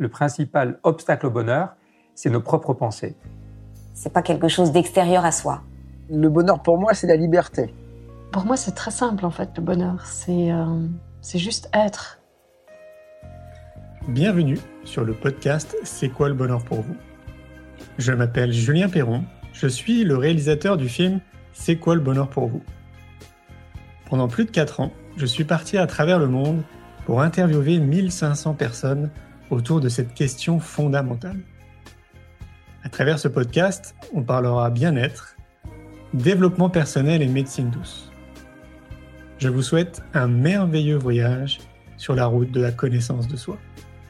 le principal obstacle au bonheur, c'est nos propres pensées. C'est pas quelque chose d'extérieur à soi. Le bonheur pour moi, c'est la liberté. Pour moi, c'est très simple en fait, le bonheur. C'est juste être. Bienvenue sur le podcast C'est quoi le bonheur pour vous ? Je m'appelle Julien Perron, je suis le réalisateur du film C'est quoi le bonheur pour vous ? Pendant plus de 4 ans, je suis parti à travers le monde pour interviewer 1500 personnes autour de cette question fondamentale. À travers ce podcast, on parlera bien-être, développement personnel et médecine douce. Je vous souhaite un merveilleux voyage sur la route de la connaissance de soi.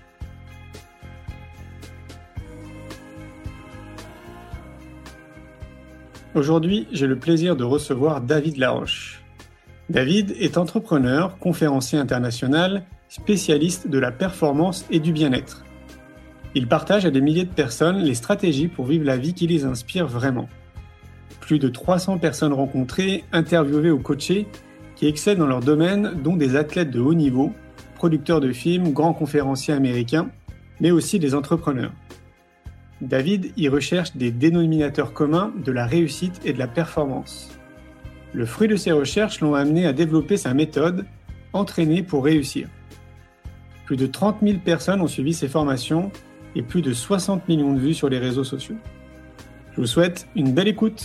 Aujourd'hui, j'ai le plaisir de recevoir David Laroche. David est entrepreneur, conférencier international, spécialiste de la performance et du bien-être. Il partage à des milliers de personnes les stratégies pour vivre la vie qui les inspire vraiment. Plus de 300 personnes rencontrées, interviewées ou coachées, qui excellent dans leur domaine, dont des athlètes de haut niveau, producteurs de films, grands conférenciers américains, mais aussi des entrepreneurs. David y recherche des dénominateurs communs de la réussite et de la performance. Le fruit de ses recherches l'ont amené à développer sa méthode « Entraîner pour réussir ». Plus de 30 000 personnes ont suivi ses formations et plus de 60 millions de vues sur les réseaux sociaux. Je vous souhaite une belle écoute.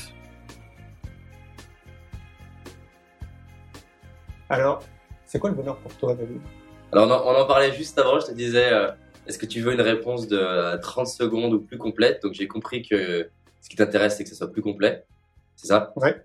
Alors, c'est quoi le bonheur pour toi, David ? Alors, on en parlait juste avant, je te disais, est-ce que tu veux une réponse de 30 secondes ou plus complète ? Donc, j'ai compris que ce qui t'intéresse, c'est que ce soit plus complet. C'est ça ? Ouais.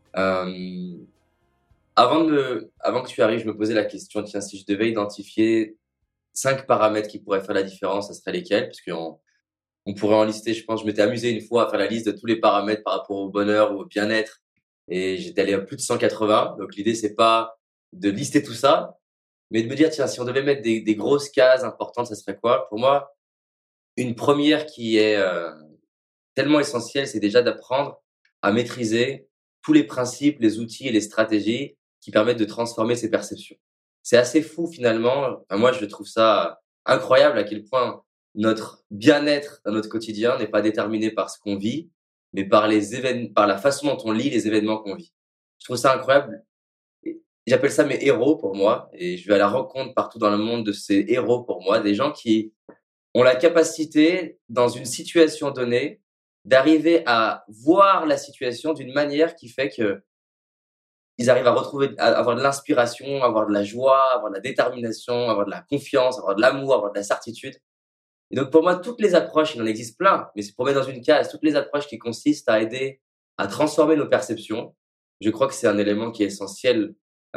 Avant que tu arrives, je me posais la question, tiens, si je devais identifier 5 paramètres qui pourraient faire la différence, ça serait lesquels ? Parce qu'on pourrait en lister, je pense. Je m'étais amusé une fois à faire la liste de tous les paramètres par rapport au bonheur ou au bien-être. Et j'étais allé à plus de 180. Donc, l'idée, c'est pas de lister tout ça, mais de me dire, tiens, si on devait mettre des grosses cases importantes, ça serait quoi ? Pour moi, une première qui est tellement essentielle, c'est déjà d'apprendre à maîtriser tous les principes, les outils et les stratégies qui permettent de transformer ses perceptions. C'est assez fou finalement. Moi, je trouve ça incroyable à quel point notre bien-être dans notre quotidien n'est pas déterminé par ce qu'on vit, mais par par la façon dont on lit les événements qu'on vit. Je trouve ça incroyable. J'appelle ça mes héros pour moi, et je vais à la rencontre partout dans le monde de ces héros pour moi, des gens qui ont la capacité, dans une situation donnée, d'arriver à voir la situation d'une manière qui fait que ils arrivent à avoir de l'inspiration, avoir de la joie, avoir de la détermination, avoir de la confiance, avoir de l'amour, avoir de la certitude. Et donc pour moi, toutes les approches, il en existe plein, mais c'est pour mettre dans une case, toutes les approches qui consistent à aider à transformer nos perceptions, je crois que c'est un élément qui est essentiel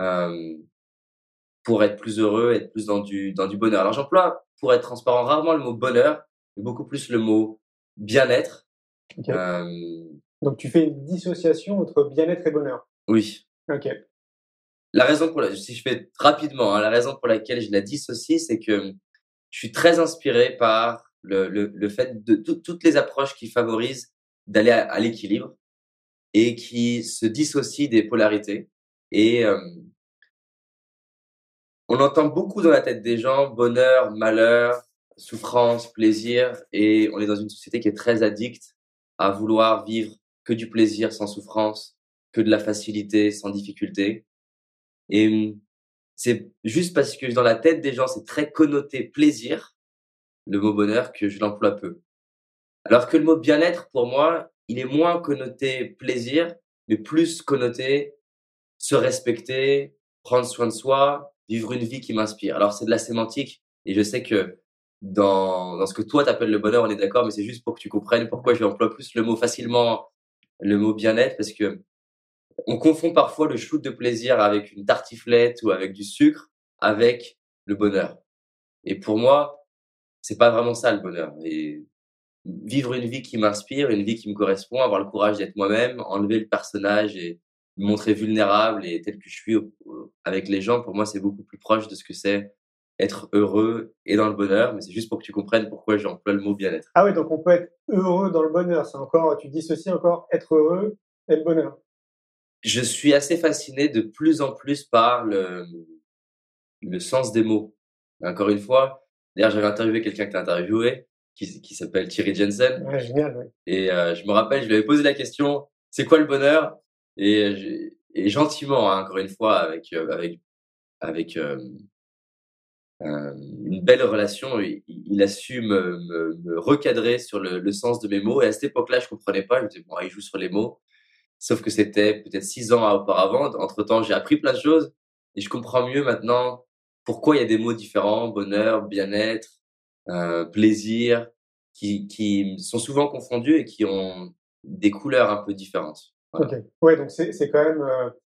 pour être plus heureux, être plus dans du bonheur. Alors j'emploie, pour être transparent, rarement le mot bonheur, mais beaucoup plus le mot bien-être. Okay. Donc tu fais une dissociation entre bien-être et bonheur. Oui. Ok. Si je fais rapidement, la raison pour laquelle je la dissocie, c'est que je suis très inspiré par le fait de toutes les approches qui favorisent d'aller à l'équilibre et qui se dissocient des polarités. Et on entend beaucoup dans la tête des gens bonheur, malheur, souffrance, plaisir, et on est dans une société qui est très addicte à vouloir vivre que du plaisir sans souffrance, que de la facilité sans difficulté. Et c'est juste parce que dans la tête des gens, c'est très connoté plaisir, le mot bonheur, que je l'emploie peu. Alors que le mot bien-être, pour moi, il est moins connoté plaisir, mais plus connoté se respecter, prendre soin de soi, vivre une vie qui m'inspire. Alors, c'est de la sémantique, et je sais que dans ce que toi t'appelles le bonheur, on est d'accord, mais c'est juste pour que tu comprennes pourquoi je emploie plus le mot facilement, le mot bien-être, parce que on confond parfois le shoot de plaisir avec une tartiflette ou avec du sucre avec le bonheur. Et pour moi, c'est pas vraiment ça le bonheur. Et vivre une vie qui m'inspire, une vie qui me correspond, avoir le courage d'être moi-même, enlever le personnage et me montrer vulnérable et tel que je suis avec les gens, pour moi, c'est beaucoup plus proche de ce que c'est être heureux et dans le bonheur. Mais c'est juste pour que tu comprennes pourquoi j'emploie le mot bien-être. Ah oui, donc on peut être heureux dans le bonheur. C'est encore, tu dissocies encore être heureux et le bonheur. Je suis assez fasciné de plus en plus par le sens des mots. Encore une fois, D'ailleurs, j'avais interviewé quelqu'un que tu as interviewé, qui s'appelle Thierry Jensen. Ouais, génial, ouais. Et je me rappelle, je lui avais posé la question, c'est quoi le bonheur? Et gentiment, hein, encore une fois, avec une belle relation, il a su me recadrer sur le sens de mes mots. Et à cette époque-là, je comprenais pas. Je me disais, bon, il joue sur les mots. Sauf que c'était peut-être 6 ans auparavant. Entre-temps, j'ai appris plein de choses et je comprends mieux maintenant pourquoi il y a des mots différents, bonheur, bien-être, plaisir, qui sont souvent confondus et qui ont des couleurs un peu différentes. Voilà. Ok. Ouais, donc c'est quand même,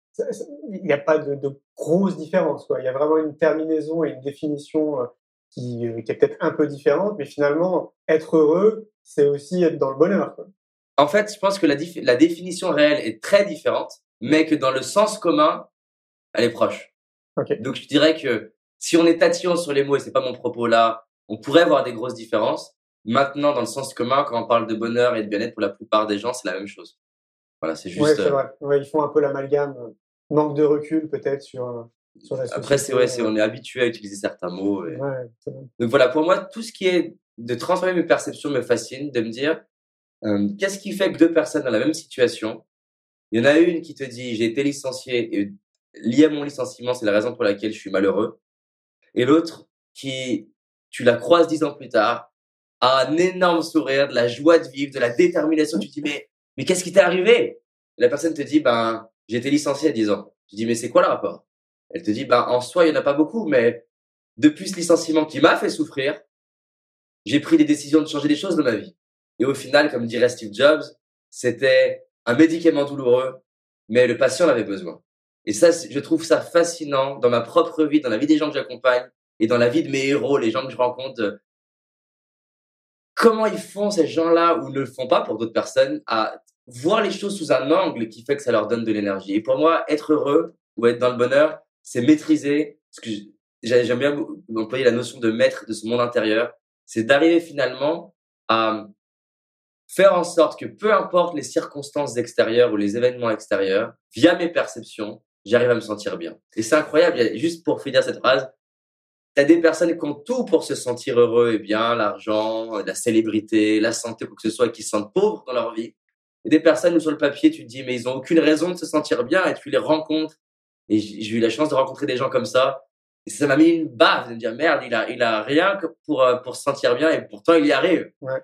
il n'y a pas de grosses différences, quoi. Il y a vraiment une terminaison et une définition qui est peut-être un peu différente, mais finalement, être heureux, c'est aussi être dans le bonheur, quoi. En fait, je pense que la définition réelle est très différente, mais que dans le sens commun, elle est proche. Ok. Donc, je dirais que si on est tatillon sur les mots, et c'est pas mon propos là, on pourrait voir des grosses différences. Maintenant, dans le sens commun, quand on parle de bonheur et de bien-être, pour la plupart des gens, c'est la même chose. Voilà, c'est Ouais, juste. c'est vrai. Ouais, ils font un peu l'amalgame, manque de recul peut-être sur la Après, société. on est habitué à utiliser certains mots. Ouais, c'est vrai. Donc voilà, pour moi, tout ce qui est de transformer mes perceptions me fascine, de me dire, qu'est-ce qui fait que deux personnes dans la même situation, il y en a une qui te dit, j'ai été licencié et lié à mon licenciement, c'est la raison pour laquelle je suis malheureux. Et l'autre tu la croises 10 ans plus tard, a un énorme sourire, de la joie de vivre, de la détermination. Tu te dis, mais qu'est-ce qui t'est arrivé? Et la personne te dit, ben, j'ai été licencié à 10 ans. Tu dis, mais c'est quoi le rapport? Elle te dit, ben, en soi, il y en a pas beaucoup, mais depuis ce licenciement qui m'a fait souffrir, j'ai pris des décisions de changer des choses dans ma vie. Et au final, comme dirait Steve Jobs, c'était un médicament douloureux, mais le patient en avait besoin. Et ça, je trouve ça fascinant dans ma propre vie, dans la vie des gens que j'accompagne et dans la vie de mes héros, les gens que je rencontre. Comment ils font, ces gens-là, ou ne le font pas pour d'autres personnes, à voir les choses sous un angle qui fait que ça leur donne de l'énergie. Et pour moi, être heureux ou être dans le bonheur, c'est maîtriser, parce que j'aime bien employer la notion de maître de son monde intérieur, c'est d'arriver finalement à faire en sorte que peu importe les circonstances extérieures ou les événements extérieurs, via mes perceptions, j'arrive à me sentir bien. Et c'est incroyable, juste pour finir cette phrase, t'as des personnes qui ont tout pour se sentir heureux et bien, l'argent, la célébrité, la santé, quoi que ce soit, qui se sentent pauvres dans leur vie. Et des personnes où sur le papier, tu te dis, mais ils ont aucune raison de se sentir bien, et tu les rencontres. Et j'ai eu la chance de rencontrer des gens comme ça. Et ça m'a mis une baffe de me dire, merde, il a rien que pour se sentir bien, et pourtant il y arrive. Ouais.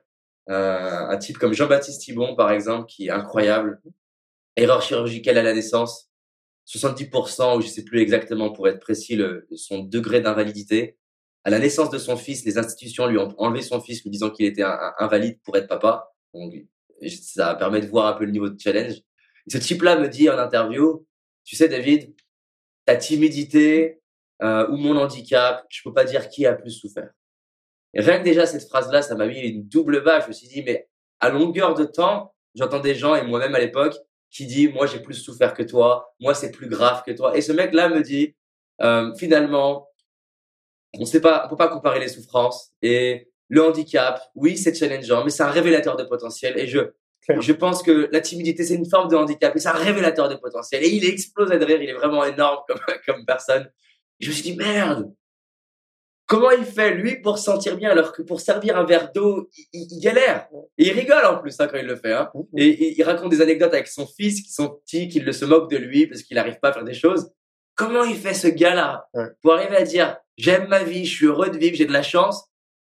Un type comme Jean-Baptiste Thibon, par exemple, qui est incroyable. Erreur chirurgicale à la naissance. 70%, ou je sais plus exactement pour être précis, son degré d'invalidité. À la naissance de son fils, les institutions lui ont enlevé son fils, lui disant qu'il était invalide pour être papa. Donc, ça permet de voir un peu le niveau de challenge. Et ce type-là me dit en interview, tu sais, David, ta timidité ou mon handicap, je peux pas dire qui a plus souffert. Et rien que déjà cette phrase-là, ça m'a mis une double baffe. Je me suis dit, mais à longueur de temps, j'entends des gens, et moi-même à l'époque, qui dit, moi j'ai plus souffert que toi, moi c'est plus grave que toi. Et ce mec-là me dit, finalement, on peut pas comparer les souffrances. Et le handicap, oui, c'est challengeant, mais c'est un révélateur de potentiel. Et je pense que la timidité, c'est une forme de handicap, et c'est un révélateur de potentiel. Et il explose de rire, il est vraiment énorme comme personne. Et je me suis dit, merde, comment il fait, lui, pour se sentir bien, alors que pour servir un verre d'eau, il galère. Et il rigole en plus, hein, quand il le fait, hein. Et il raconte des anecdotes avec son fils, qui sont petits, qui se moquent de lui parce qu'il n'arrive pas à faire des choses. Comment il fait, ce gars-là, pour arriver à dire, j'aime ma vie, je suis heureux de vivre, j'ai de la chance,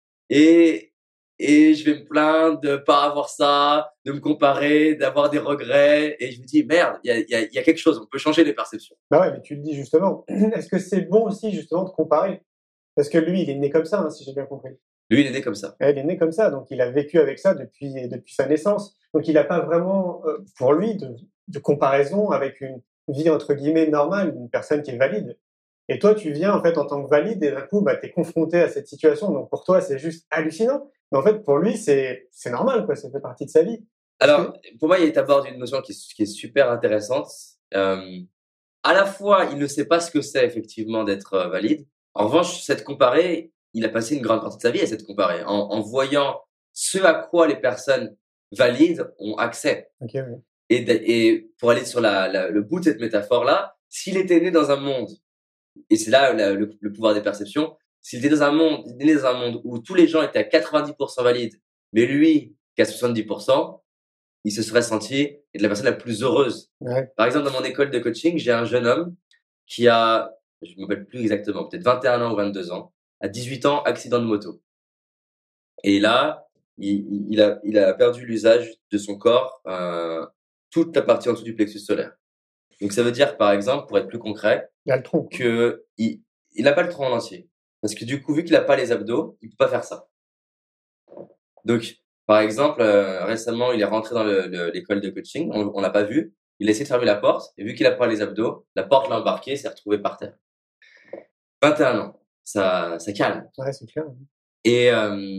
et je vais me plaindre de pas avoir ça, de me comparer, d'avoir des regrets, et je me dis, merde, il y a quelque chose, on peut changer les perceptions. Bah ouais, mais tu le dis justement. Est-ce que c'est bon aussi, justement, de comparer? Parce que lui, il est né comme ça, hein, si j'ai bien compris. Lui, il est né comme ça. Il est né comme ça, donc il a vécu avec ça depuis sa naissance. Donc il n'a pas vraiment, pour lui, de comparaison avec une vie entre guillemets normale, une personne qui est valide. Et toi, tu viens en fait en tant que valide, et d'un coup, bah, t'es confronté à cette situation. Donc pour toi, c'est juste hallucinant. Mais en fait, pour lui, c'est normal, quoi. Ça fait partie de sa vie. Alors, pour moi, il t'aborde une notion qui est super intéressante. À la fois, il ne sait pas ce que c'est effectivement d'être valide. En revanche, cette comparée, il a passé une grande partie de sa vie à cette comparée, en voyant ce à quoi les personnes valides ont accès. Okay, oui. Et pour aller sur le bout de cette métaphore-là, s'il était né dans un monde, et c'est là le pouvoir des perceptions, s'il était né dans un monde où tous les gens étaient à 90% valides, mais lui, qu'à 70%, il se serait senti être la personne la plus heureuse. Ouais. Par exemple, dans mon école de coaching, j'ai un jeune homme qui a, je ne me rappelle plus exactement, peut-être 21 ans ou 22 ans, à 18 ans, accident de moto. Et là, il a perdu l'usage de son corps, toute la partie en dessous du plexus solaire. Donc, ça veut dire, par exemple, pour être plus concret, Il a le tronc. il n'a pas le tronc en entier. Parce que du coup, vu qu'il n'a pas les abdos, il peut pas faire ça. Donc, par exemple, récemment, il est rentré dans l'école de coaching. On l'a pas vu. Il a essayé de fermer la porte. Et vu qu'il a pas les abdos, la porte l'a embarqué, s'est retrouvé par terre. 21 ans. Ça calme. Ouais, c'est clair. Et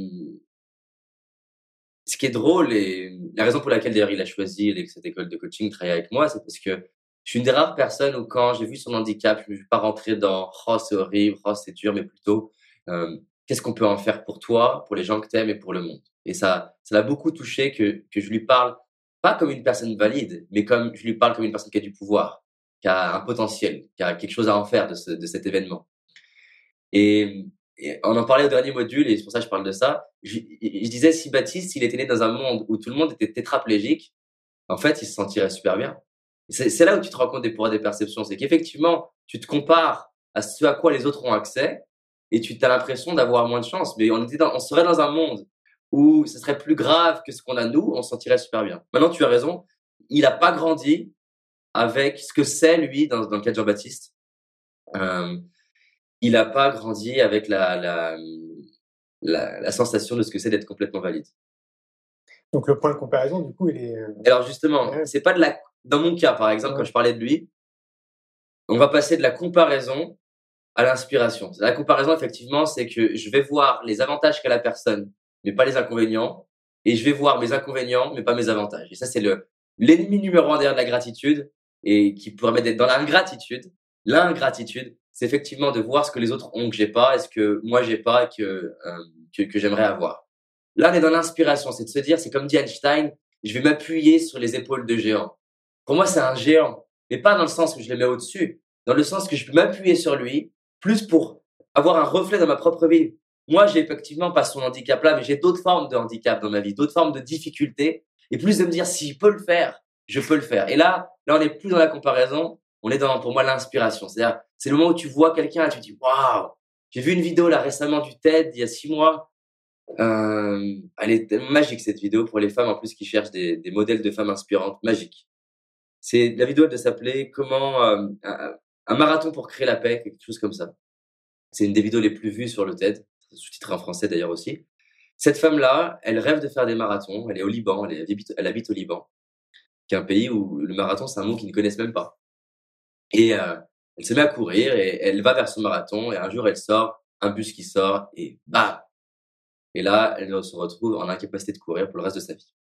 ce qui est drôle, et la raison pour laquelle d'ailleurs il a choisi cette école de coaching, travailler avec moi, c'est parce que je suis une des rares personnes où quand j'ai vu son handicap, je ne suis pas rentré dans « oh c'est horrible, oh c'est dur », mais plutôt qu'est-ce qu'on peut en faire pour toi, pour les gens que tu aimes et pour le monde. Et ça l'a beaucoup touché que je lui parle pas comme une personne valide, mais comme je lui parle comme une personne qui a du pouvoir, qui a un potentiel, qui a quelque chose à en faire de cet événement. Et on en parlait au dernier module, et c'est pour ça que je parle de ça. Je disais, si Baptiste, il était né dans un monde où tout le monde était tétraplégique, en fait, il se sentirait super bien. C'est là où tu te rends compte des pouvoirs des perceptions. C'est qu'effectivement, tu te compares à ce à quoi les autres ont accès, et tu as l'impression d'avoir moins de chance. Mais on serait dans un monde où ce serait plus grave que ce qu'on a nous, on se sentirait super bien. Maintenant, tu as raison, il n'a pas grandi avec ce que c'est, lui, dans le cas de Jean-Baptiste. Il n'a pas grandi avec la sensation de ce que c'est d'être complètement valide. Donc, le point de comparaison, du coup, il est… Alors, justement, Ouais. c'est pas dans mon cas, par exemple, quand je parlais de lui, on va passer de la comparaison à l'inspiration. La comparaison, effectivement, c'est que je vais voir les avantages qu'a la personne, mais pas les inconvénients, et je vais voir mes inconvénients, mais pas mes avantages. Et ça, c'est l'ennemi numéro 1 derrière de la gratitude, et qui permet d'être dans l'ingratitude. L'ingratitude, c'est effectivement de voir ce que les autres ont que j'ai pas, et ce que moi j'ai pas, que j'aimerais avoir. Là, on est dans l'inspiration, c'est de se dire, c'est comme dit Einstein, je vais m'appuyer sur les épaules de géants. Pour moi, c'est un géant, mais pas dans le sens où je le mets au-dessus, dans le sens que je peux m'appuyer sur lui, plus pour avoir un reflet dans ma propre vie. Moi, j'ai effectivement pas son handicap-là, mais j'ai d'autres formes de handicap dans ma vie, d'autres formes de difficultés, et plus de me dire, si je peux le faire, je peux le faire. Et là, on n'est plus dans la comparaison, on est dans, pour moi, l'inspiration. C'est-à-dire, c'est le moment où tu vois quelqu'un et tu te dis, waouh, j'ai vu une vidéo là récemment du TED, il y a 6 mois. Elle est magique, cette vidéo, pour les femmes en plus qui cherchent des modèles de femmes inspirantes. Magique. La vidéo, elle doit s'appeler comment un marathon pour créer la paix, quelque chose comme ça. C'est une des vidéos les plus vues sur le TED, sous-titré en français d'ailleurs aussi. Cette femme-là, elle rêve de faire des marathons. Elle est au Liban, elle habite au Liban, qui est un pays où le marathon, c'est un mot qu'ils ne connaissent même pas. Et elle se met à courir et elle va vers ce marathon. Et un jour, elle sort, un bus qui sort et bam! Et là, elle se retrouve en incapacité de courir pour le reste de sa vie.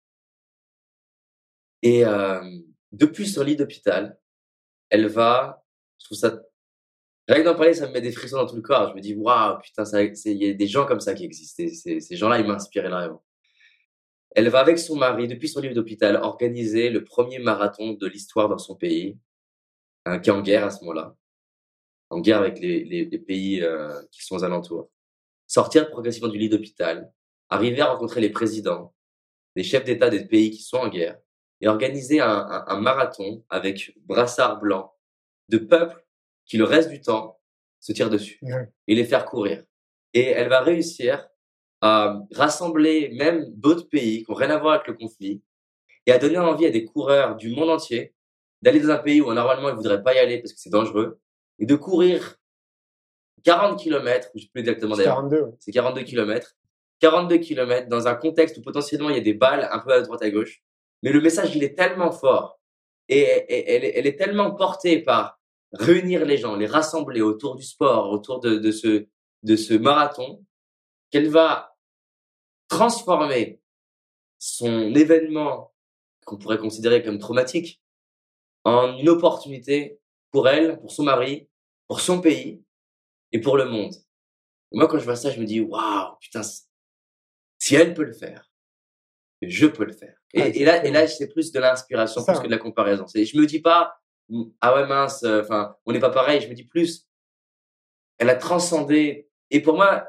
Et depuis son lit d'hôpital, elle va, je trouve ça, rien que d'en parler, ça me met des frissons dans tout le corps. Je me dis, waouh, putain, il y a des gens comme ça qui existent. Ces gens-là, ils m'inspirent énormément. Elle va avec son mari, depuis son lit d'hôpital, organiser le premier marathon de l'histoire dans son pays, qui est en guerre à ce moment-là, en guerre avec les pays qui sont aux alentours. Sortir progressivement du lit d'hôpital, arriver à rencontrer les présidents, les chefs d'État des pays qui sont en guerre, et organiser un marathon avec brassard blanc de peuples qui, le reste du temps, se tirent dessus et les faire courir. Et elle va réussir à rassembler même d'autres pays qui n'ont rien à voir avec le conflit et à donner envie à des coureurs du monde entier d'aller dans un pays où normalement ils ne voudraient pas y aller parce que c'est dangereux et de courir 40 km, je ne sais plus exactement d'ailleurs, 42, ouais. c'est 42 km, 42 km dans un contexte où potentiellement il y a des balles un peu à droite à gauche, mais le message il est tellement fort et elle est tellement portée par réunir les gens, les rassembler autour du sport, autour de ce marathon, qu'elle va transformer son événement qu'on pourrait considérer comme traumatique en une opportunité pour elle, pour son mari, pour son pays et pour le monde. Et moi, quand je vois ça, je me dis, waouh, putain, si elle peut le faire, je peux le faire. Et là, c'est plus de l'inspiration plus que de la comparaison. Je me dis pas, ah ouais, mince, on n'est pas pareil. Je me dis plus, elle a transcendé Et pour moi,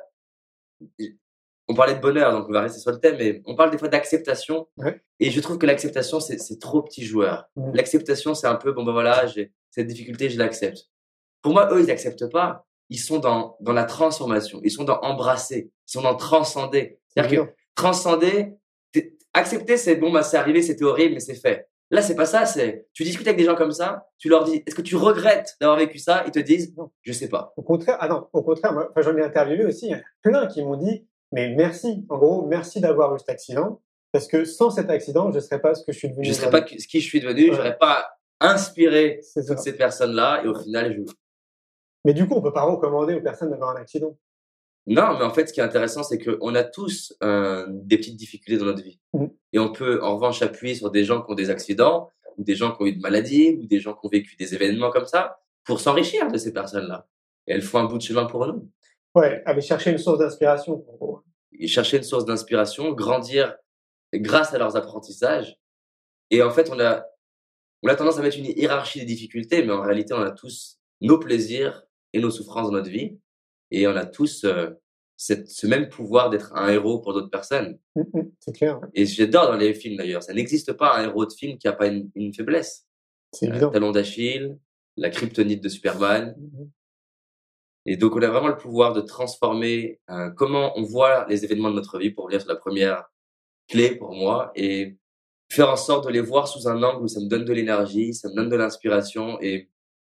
on parlait de bonheur, donc on va rester sur le thème, mais on parle des fois d'acceptation. Ouais. Et je trouve que l'acceptation, c'est trop petit joueur. L'acceptation, c'est un peu, bon ben voilà, j'ai cette difficulté, je l'accepte. Pour moi, eux, ils n'acceptent pas. Ils sont dans la transformation. Ils sont dans embrasser. Ils sont dans transcender. C'est-à-dire que transcender, accepter, c'est bon, bah, c'est arrivé, c'était horrible, mais c'est fait. Là, c'est pas ça. Tu discutes avec des gens comme ça, tu leur dis, est-ce que tu regrettes d'avoir vécu ça? Ils te disent, non, je sais pas. Au contraire, moi, j'en ai interviewé aussi, il y en a plein qui m'ont dit, mais merci, en gros, merci d'avoir eu cet accident, parce que sans cet accident, je serais pas ce que je suis devenu. Je serais pas ce qui je suis devenu, j'aurais pas inspiré toutes ces personnes-là, et au final, Mais du coup, on peut pas recommander aux personnes d'avoir un accident. Non, mais en fait, ce qui est intéressant, c'est qu'on a tous des petites difficultés dans notre vie. Et on peut, en revanche, appuyer sur des gens qui ont des accidents, ou des gens qui ont eu des maladies, ou des gens qui ont vécu des événements comme ça, pour s'enrichir de ces personnes-là. Et elles font un bout de chemin pour nous. Ouais, aller chercher une source d'inspiration. Et chercher une source d'inspiration, grandir grâce à leurs apprentissages. Et en fait, on a tendance à mettre une hiérarchie des difficultés, mais en réalité, on a tous nos plaisirs et nos souffrances dans notre vie. Et on a tous ce même pouvoir d'être un héros pour d'autres personnes. C'est clair. Et j'adore dans les films d'ailleurs. Ça n'existe pas un héros de film qui n'a pas une faiblesse. C'est évident. Talon d'Achille, la kryptonite de Superman. Et donc on a vraiment le pouvoir de transformer comment on voit les événements de notre vie, pour revenir sur la première clé pour moi, et faire en sorte de les voir sous un angle où ça me donne de l'énergie, ça me donne de l'inspiration, et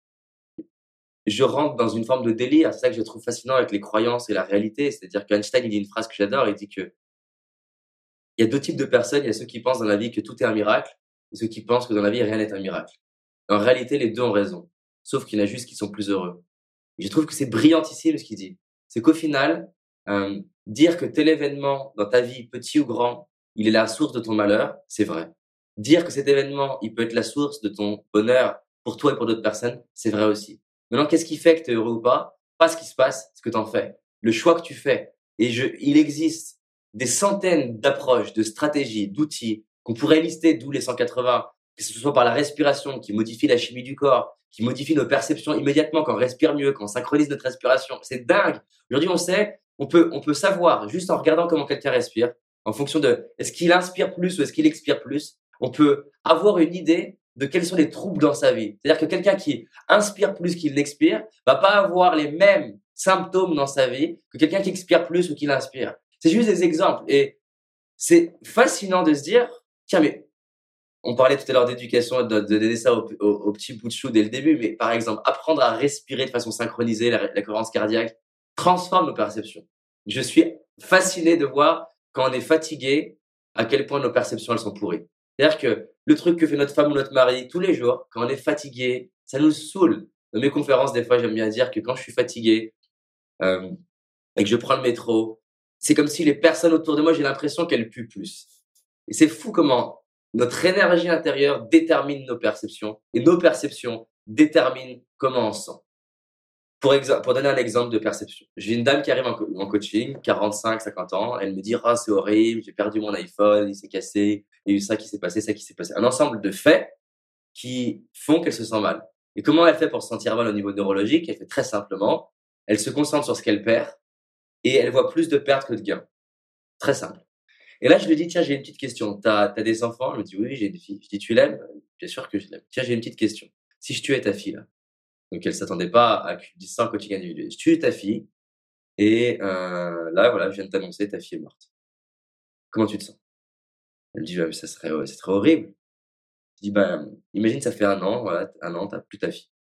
je rentre dans une forme de délire. C'est ça que je trouve fascinant avec les croyances et la réalité. C'est-à-dire qu'Einstein, il dit une phrase que j'adore. Il dit que il y a deux types de personnes. Il y a ceux qui pensent dans la vie que tout est un miracle, et ceux qui pensent que dans la vie, rien n'est un miracle. En réalité, les deux ont raison. Sauf qu'il y en a juste qui sont plus heureux. Et je trouve que c'est brillantissime ce qu'il dit. C'est qu'au final, dire que tel événement dans ta vie, petit ou grand, il est la source de ton malheur, c'est vrai. Dire que cet événement, il peut être la source de ton bonheur pour toi et pour d'autres personnes, c'est vrai aussi. Maintenant, qu'est-ce qui fait que tu es heureux ou pas? Pas ce qui se passe, ce que tu en fais. Le choix que tu fais. Et il existe des centaines d'approches, de stratégies, d'outils qu'on pourrait lister, d'où les 180, que ce soit par la respiration qui modifie la chimie du corps, qui modifie nos perceptions immédiatement quand on respire mieux, quand on synchronise notre respiration. C'est dingue. Aujourd'hui, on sait, on peut savoir, juste en regardant comment quelqu'un respire, en fonction de est-ce qu'il inspire plus ou est-ce qu'il expire plus, on peut avoir une idée de quels sont les troubles dans sa vie. C'est-à-dire que quelqu'un qui inspire plus qu'il n'expire va pas avoir les mêmes symptômes dans sa vie que quelqu'un qui expire plus ou qui l'inspire. C'est juste des exemples. Et c'est fascinant de se dire, tiens, mais on parlait tout à l'heure d'éducation, de donner ça au petit bout de chou dès le début, mais par exemple, apprendre à respirer de façon synchronisée, la cohérence cardiaque, transforme nos perceptions. Je suis fasciné de voir quand on est fatigué, à quel point nos perceptions, elles sont pourries. C'est-à-dire que le truc que fait notre femme ou notre mari tous les jours, quand on est fatigué, ça nous saoule. Dans mes conférences, des fois, j'aime bien dire que quand je suis fatigué et que je prends le métro, c'est comme si les personnes autour de moi, j'ai l'impression qu'elles puent plus. Et c'est fou comment notre énergie intérieure détermine nos perceptions et nos perceptions déterminent comment on se sent. Pour donner un exemple de perception, j'ai une dame qui arrive en coaching, 45, 50 ans, elle me dit « Ah, c'est horrible, j'ai perdu mon iPhone, il s'est cassé, il y a eu ça qui s'est passé, ça qui s'est passé. » Un ensemble de faits qui font qu'elle se sent mal. Et comment elle fait pour se sentir mal au niveau neurologique? Elle fait très simplement, elle se concentre sur ce qu'elle perd et elle voit plus de pertes que de gains. Très simple. Et là, je lui dis « Tiens, j'ai une petite question. T'as des enfants ?» Elle me dit « Oui, j'ai une fille. » Je dis « Tu l'aimes ?» « Bien sûr que je l'aime. »« Tiens, j'ai une petite question. Si je tuais ta fille là, donc elle s'attendait pas à que je dise ça en coaching individuel. Je tue ta fille et là voilà, je viens de t'annoncer ta fille est morte. Comment tu te sens? Elle me dit bah, c'est très horrible. Je dis bah imagine ça fait un an, voilà, t'as plus ta fille.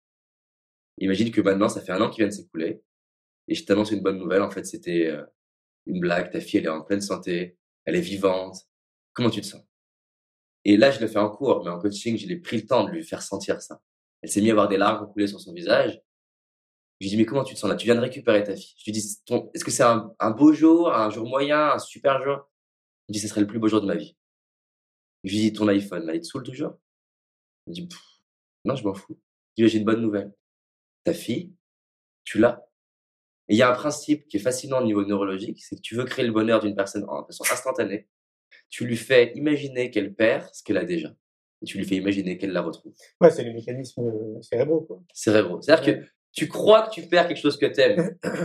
Imagine que maintenant ça fait un an qui vient de s'écouler et je t'annonce une bonne nouvelle. En fait c'était une blague. Ta fille elle est en pleine santé, elle est vivante. Comment tu te sens? Et là je le fais en cours, mais en coaching j'ai pris le temps de lui faire sentir ça. Elle s'est mise à avoir des larmes coulées sur son visage. Je lui dis, mais comment tu te sens là? Tu viens de récupérer ta fille. Je lui dis, est-ce que c'est un beau jour, un jour moyen, un super jour? Il me dit, ce serait le plus beau jour de ma vie. Je lui dis, ton iPhone, là, il te saoule toujours? Il me dit, non, je m'en fous. Je lui dis, j'ai une bonne nouvelle. Ta fille, tu l'as. Et il y a un principe qui est fascinant au niveau neurologique, c'est que tu veux créer le bonheur d'une personne en façon instantanée. Tu lui fais imaginer qu'elle perd ce qu'elle a déjà. Et tu lui fais imaginer qu'elle la retrouve. Ouais, c'est les mécanismes cérébraux, quoi. Cérébraux. C'est-à-dire que tu crois que tu perds quelque chose que t'aimes.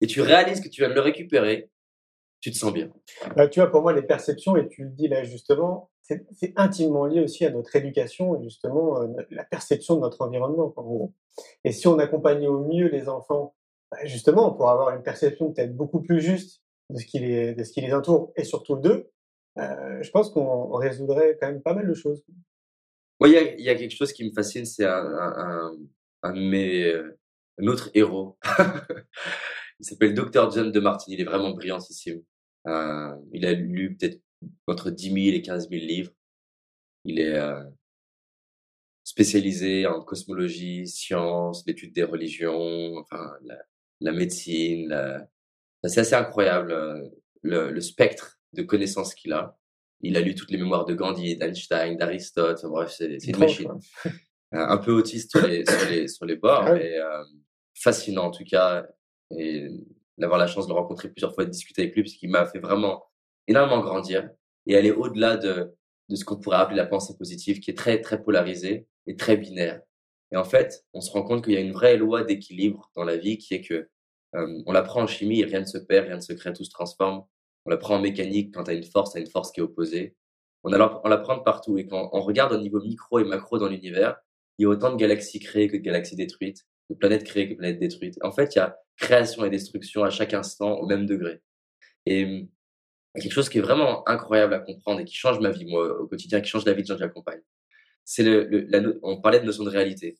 et tu réalises que tu viens de le récupérer, tu te sens bien. Tu vois, pour moi, les perceptions, et tu le dis là justement, c'est intimement lié aussi à notre éducation et justement la perception de notre environnement, en gros. Et si on accompagnait au mieux les enfants, justement, pour avoir une perception peut-être beaucoup plus juste de ce qui les entoure et surtout d'eux, je pense qu'on résoudrait quand même pas mal de choses. Moi, il y a quelque chose qui me fascine, c'est un de mes, un autre héros. Il s'appelle Dr. John DeMartini. Il est vraiment brillantissime. Il a lu peut-être entre 10 000 et 15 000 livres. Il est spécialisé en cosmologie, sciences, l'étude des religions, enfin la médecine. C'est assez incroyable le spectre de connaissances qu'il a. Il a lu toutes les mémoires de Gandhi, d'Einstein, d'Aristote. Enfin, bref, c'est une machine. Un peu autiste sur les bords, mais fascinant en tout cas. Et d'avoir la chance de le rencontrer plusieurs fois, de discuter avec lui, parce qu'il m'a fait vraiment énormément grandir et aller au-delà de ce qu'on pourrait appeler la pensée positive, qui est très, très polarisée et très binaire. Et en fait, on se rend compte qu'il y a une vraie loi d'équilibre dans la vie, qui est que on l'apprend en chimie, rien ne se perd, rien ne se crée, tout se transforme. On l'apprend en mécanique, quand tu as une force qui est opposée. On l'apprend de partout. Et quand on regarde au niveau micro et macro dans l'univers, il y a autant de galaxies créées que de galaxies détruites, de planètes créées que de planètes détruites. En fait, il y a création et destruction à chaque instant au même degré. Et il y a quelque chose qui est vraiment incroyable à comprendre et qui change ma vie, moi, au quotidien, qui change la vie de gens que j'accompagne. C'est on parlait de notion de réalité.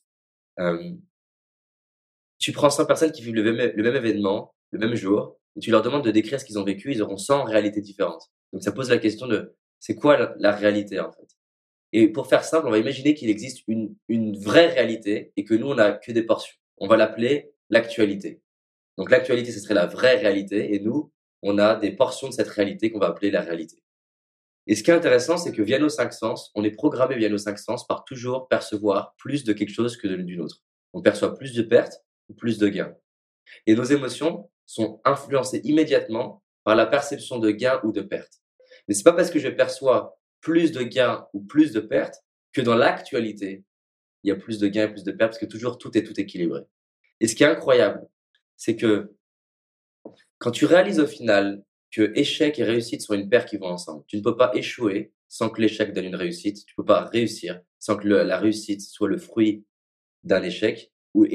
Tu prends 100 personnes qui vivent le même événement, le même jour, et tu leur demandes de décrire ce qu'ils ont vécu, ils auront 100 réalités différentes. Donc ça pose la question de, c'est quoi la réalité, en fait? Et pour faire simple, on va imaginer qu'il existe une vraie réalité et que nous, on n'a que des portions. On va l'appeler l'actualité. Donc l'actualité, ce serait la vraie réalité, et nous, on a des portions de cette réalité qu'on va appeler la réalité. Et ce qui est intéressant, c'est que via nos 5 sens, on est programmé via nos 5 sens par toujours percevoir plus de quelque chose que d'une autre. On perçoit plus de pertes ou plus de gains. Et nos émotions sont influencées immédiatement par la perception de gains ou de pertes. Mais c'est pas parce que je perçois plus de gains ou plus de pertes que dans l'actualité, il y a plus de gains et plus de pertes, parce que toujours tout est équilibré. Et ce qui est incroyable, c'est que quand tu réalises au final que échec et réussite sont une paire qui vont ensemble, tu ne peux pas échouer sans que l'échec donne une réussite, tu ne peux pas réussir sans que la réussite soit le fruit d'un échec et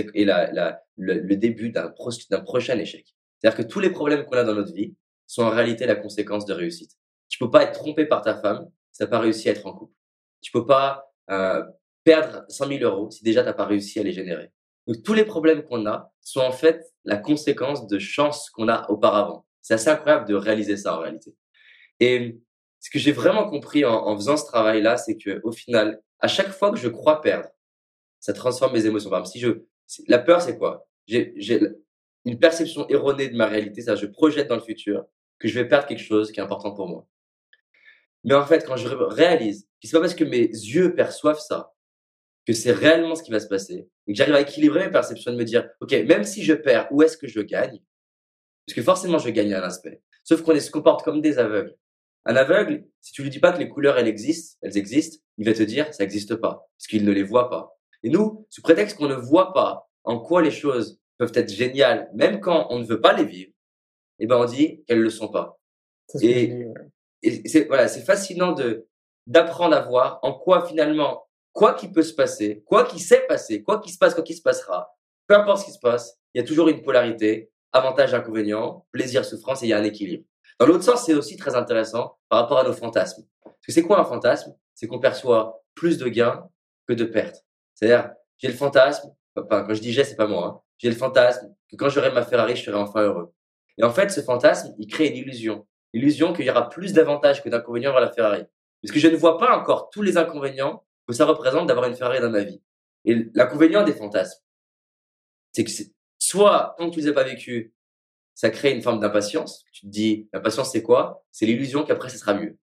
le début d'un prochain échec. C'est-à-dire que tous les problèmes qu'on a dans notre vie sont en réalité la conséquence de réussite. Tu peux pas être trompé par ta femme si t'as pas réussi à être en couple. Tu peux pas perdre 100 000 euros si déjà t'as pas réussi à les générer. Donc tous les problèmes qu'on a sont en fait la conséquence de chances qu'on a auparavant. C'est assez incroyable de réaliser ça en réalité. Et ce que j'ai vraiment compris en faisant ce travail-là, c'est que au final, à chaque fois que je crois perdre, ça transforme mes émotions. Par exemple, la peur, c'est quoi? J'ai une perception erronée de ma réalité, ça, je projette dans le futur que je vais perdre quelque chose qui est important pour moi. Mais en fait, quand je réalise que c'est pas parce que mes yeux perçoivent ça que c'est réellement ce qui va se passer, et que j'arrive à équilibrer mes perceptions, de me dire, ok, même si je perds, où est-ce que je gagne? Parce que forcément, je gagne un aspect. Sauf qu'on se comporte comme des aveugles. Un aveugle, si tu lui dis pas que les couleurs, elles existent, il va te dire, ça n'existe pas, parce qu'il ne les voit pas. Et nous, sous prétexte qu'on ne voit pas en quoi les choses peuvent être géniales, même quand on ne veut pas les vivre, eh ben, on dit qu'elles le sont pas. Et c'est fascinant d'apprendre à voir en quoi finalement, quoi qu'il peut se passer, quoi qu'il s'est passé, quoi qu'il se passe, quoi qu'il se passera, peu importe ce qui se passe, il y a toujours une polarité, avantage, inconvénient, plaisir, souffrance, et il y a un équilibre. Dans l'autre sens, c'est aussi très intéressant par rapport à nos fantasmes. Parce que c'est quoi un fantasme? C'est qu'on perçoit plus de gains que de pertes. C'est-à-dire, j'ai le fantasme, enfin, quand je dis c'est pas moi, hein, j'ai le fantasme que quand j'aurai ma Ferrari, je serai enfin heureux. Et en fait, ce fantasme, il crée une illusion. Illusion qu'il y aura plus d'avantages que d'inconvénients vers la Ferrari. Parce que je ne vois pas encore tous les inconvénients que ça représente d'avoir une Ferrari dans ma vie. Et l'inconvénient des fantasmes, c'est que soit, tant que tu les as pas vécus, ça crée une forme d'impatience. Tu te dis, l'impatience, c'est quoi? C'est l'illusion qu'après, ça sera mieux.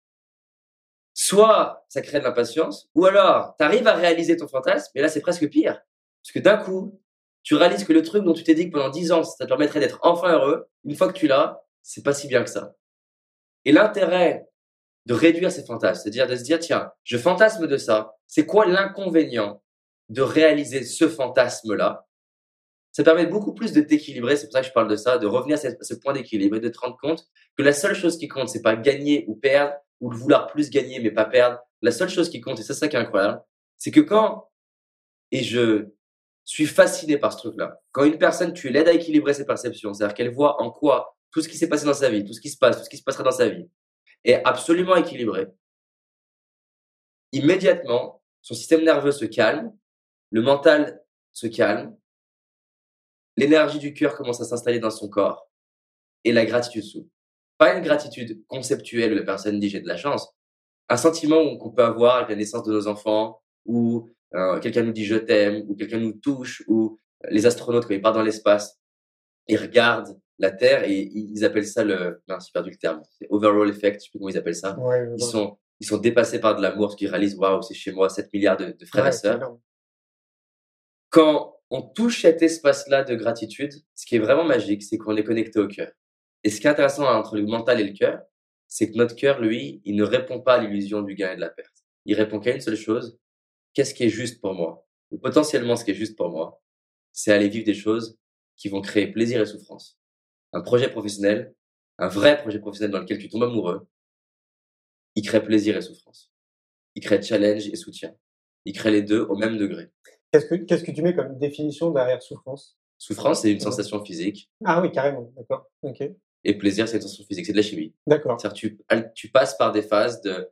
Soit ça crée de l'impatience, ou alors tu arrives à réaliser ton fantasme, mais là, c'est presque pire. Parce que d'un coup, tu réalises que le truc dont tu t'es dit que pendant 10 ans, ça te permettrait d'être enfin heureux, une fois que tu l'as, c'est pas si bien que ça. Et l'intérêt de réduire ces fantasmes, c'est-à-dire de se dire, tiens, je fantasme de ça, c'est quoi l'inconvénient de réaliser ce fantasme-là? Ça permet beaucoup plus de t'équilibrer. C'est pour ça que je parle de ça, de revenir à ce point d'équilibre et de te rendre compte que la seule chose qui compte, c'est pas gagner ou perdre ou de vouloir plus gagner mais pas perdre. La seule chose qui compte, et c'est ça qui est incroyable, c'est que et je suis fasciné par ce truc-là, quand une personne, tu l'aides à équilibrer ses perceptions, c'est-à-dire qu'elle voit en quoi tout ce qui s'est passé dans sa vie, tout ce qui se passe, tout ce qui se passera dans sa vie est absolument équilibré, immédiatement, son système nerveux se calme, le mental se calme, l'énergie du cœur commence à s'installer dans son corps et la gratitude s'ouvre. Pas une gratitude conceptuelle où la personne dit j'ai de la chance, un sentiment qu'on peut avoir avec la naissance de nos enfants, ou quelqu'un nous dit je t'aime, ou quelqu'un nous touche, ou les astronautes quand ils partent dans l'espace, ils regardent la Terre et ils appellent ça j'ai perdu le terme, c'est overall effect, je sais plus comment ils appellent ça. Ouais, Ils sont dépassés par de l'amour, parce qu'ils réalisent waouh, c'est chez moi 7 milliards de frères et sœurs. Quand on touche cet espace-là de gratitude, ce qui est vraiment magique, c'est qu'on est connecté au cœur. Et ce qui est intéressant entre le mental et le cœur, c'est que notre cœur, lui, il ne répond pas à l'illusion du gain et de la perte. Il répond qu'à une seule chose, qu'est-ce qui est juste pour moi? Et potentiellement, ce qui est juste pour moi, c'est aller vivre des choses qui vont créer plaisir et souffrance. Un projet professionnel, un vrai projet professionnel dans lequel tu tombes amoureux, il crée plaisir et souffrance. Il crée challenge et soutien. Il crée les deux au même degré. Qu'est-ce que tu mets comme définition derrière souffrance? Souffrance, c'est une sensation physique. Ah oui, carrément, d'accord. Ok. Et plaisir, c'est une sensation physique, c'est de la chimie. D'accord. C'est-à-dire tu passes par des phases de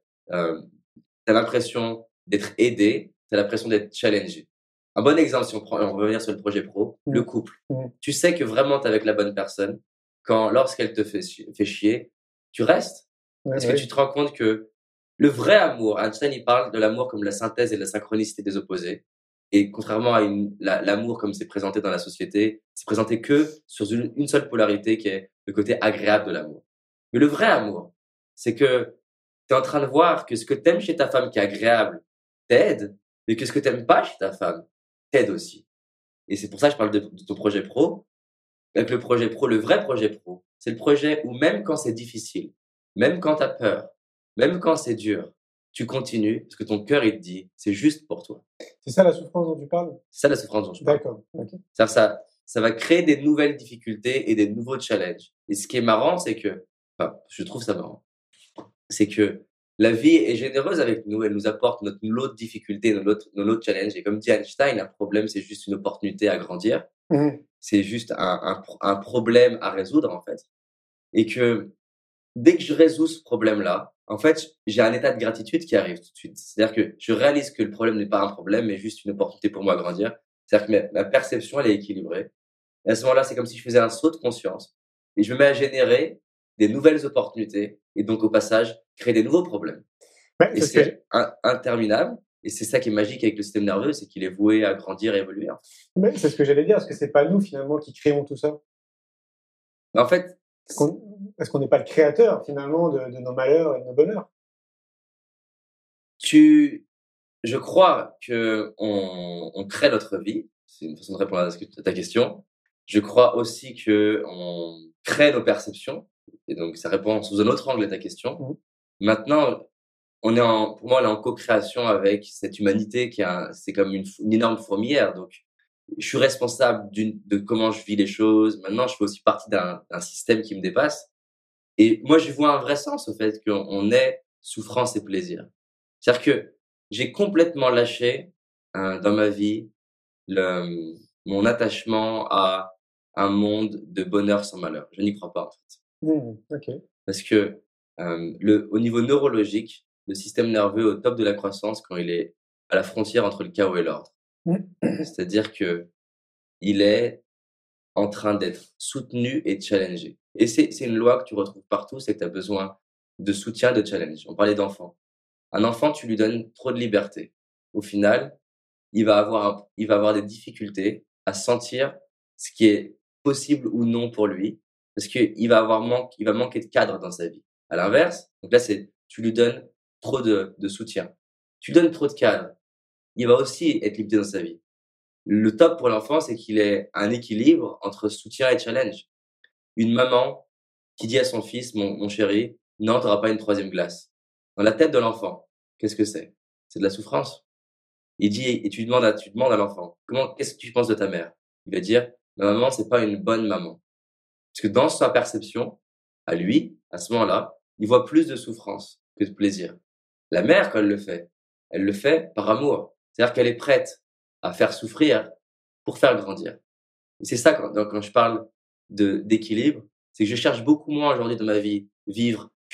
t'as l'impression d'être aidé, t'as l'impression d'être challengé. Un bon exemple, si on va revenir sur le projet pro, le couple. Tu sais que vraiment t'es avec la bonne personne lorsqu'elle te fait chier, tu restes. Parce que tu te rends compte que le vrai amour, Einstein il parle de l'amour comme la synthèse et la synchronicité des opposés. Et contrairement à l'amour comme c'est présenté dans la société, c'est présenté que sur une seule polarité qui est le côté agréable de l'amour. Mais le vrai amour, c'est que tu es en train de voir que ce que t'aimes chez ta femme qui est agréable t'aide, mais que ce que t'aimes pas chez ta femme t'aide aussi. Et c'est pour ça que je parle de ton projet pro. Avec le projet pro, le vrai projet pro, c'est le projet où même quand c'est difficile, même quand tu as peur, même quand c'est dur, tu continues parce que ton cœur, il te dit, c'est juste pour toi. C'est ça la souffrance dont tu parles? C'est ça la souffrance dont je parle. D'accord. Okay. Ça va créer des nouvelles difficultés et des nouveaux challenges. Et ce qui est marrant, c'est que, je trouve ça marrant, c'est que la vie est généreuse avec nous, elle nous apporte notre lot de difficultés, nos lots de challenges. Et comme dit Einstein, un problème, c'est juste une opportunité à grandir. C'est juste un problème à résoudre, en fait. Et que dès que je résous ce problème-là, en fait, j'ai un état de gratitude qui arrive tout de suite. C'est-à-dire que je réalise que le problème n'est pas un problème, mais juste une opportunité pour moi à grandir. C'est-à-dire que ma perception, elle est équilibrée. Et à ce moment-là, c'est comme si je faisais un saut de conscience. Et je me mets à générer des nouvelles opportunités. Et donc, au passage, créer des nouveaux problèmes. Ouais, et c'est interminable. Et c'est ça qui est magique avec le système nerveux, c'est qu'il est voué à grandir et évoluer. Mais c'est ce que j'allais dire. Est-ce que c'est pas nous, finalement, qui créons tout ça? En fait, est-ce qu'on n'est pas le créateur, finalement, de nos malheurs et de nos bonheurs? Je crois que on crée notre vie. C'est une façon de répondre à ta question. Je crois aussi que on crée nos perceptions. Et donc, ça répond sous un autre angle à ta question. Maintenant, pour moi, on est en co-création avec cette humanité c'est comme une énorme fourmilière. Donc, je suis responsable de comment je vis les choses. Maintenant, je fais aussi partie d'un système qui me dépasse. Et moi, je vois un vrai sens au fait qu'on est souffrance et plaisir. C'est-à-dire que j'ai complètement lâché dans ma vie mon attachement à un monde de bonheur sans malheur. Je n'y crois pas, en fait. Okay. Parce que au niveau neurologique, le système nerveux au top de la croissance quand il est à la frontière entre le chaos et l'ordre. C'est-à-dire que il est en train d'être soutenu et challengé. Et c'est une loi que tu retrouves partout, c'est que tu as besoin de soutien, de challenge. On parlait d'enfant. Un enfant, tu lui donnes trop de liberté. Au final, il va avoir des difficultés à sentir ce qui est possible ou non pour lui, parce qu'il va manquer de cadre dans sa vie. À l'inverse, donc là, tu lui donnes trop de soutien. Tu lui donnes trop de cadre. Il va aussi être limité dans sa vie. Le top pour l'enfant, c'est qu'il ait un équilibre entre soutien et challenge. Une maman qui dit à son fils, mon chéri, non, tu n'auras pas une 3e glace. Dans la tête de l'enfant, qu'est-ce que c'est? C'est de la souffrance. Il dit, et tu demandes à l'enfant, qu'est-ce que tu penses de ta mère? Il va dire, ma maman, c'est pas une bonne maman. Parce que dans sa perception, à lui, à ce moment-là, il voit plus de souffrance que de plaisir. La mère, quand elle le fait par amour. C'est-à-dire qu'elle est prête à faire souffrir pour faire grandir. Et c'est ça, quand je parle d'équilibre, c'est que je cherche beaucoup moins aujourd'hui dans ma vie vivre que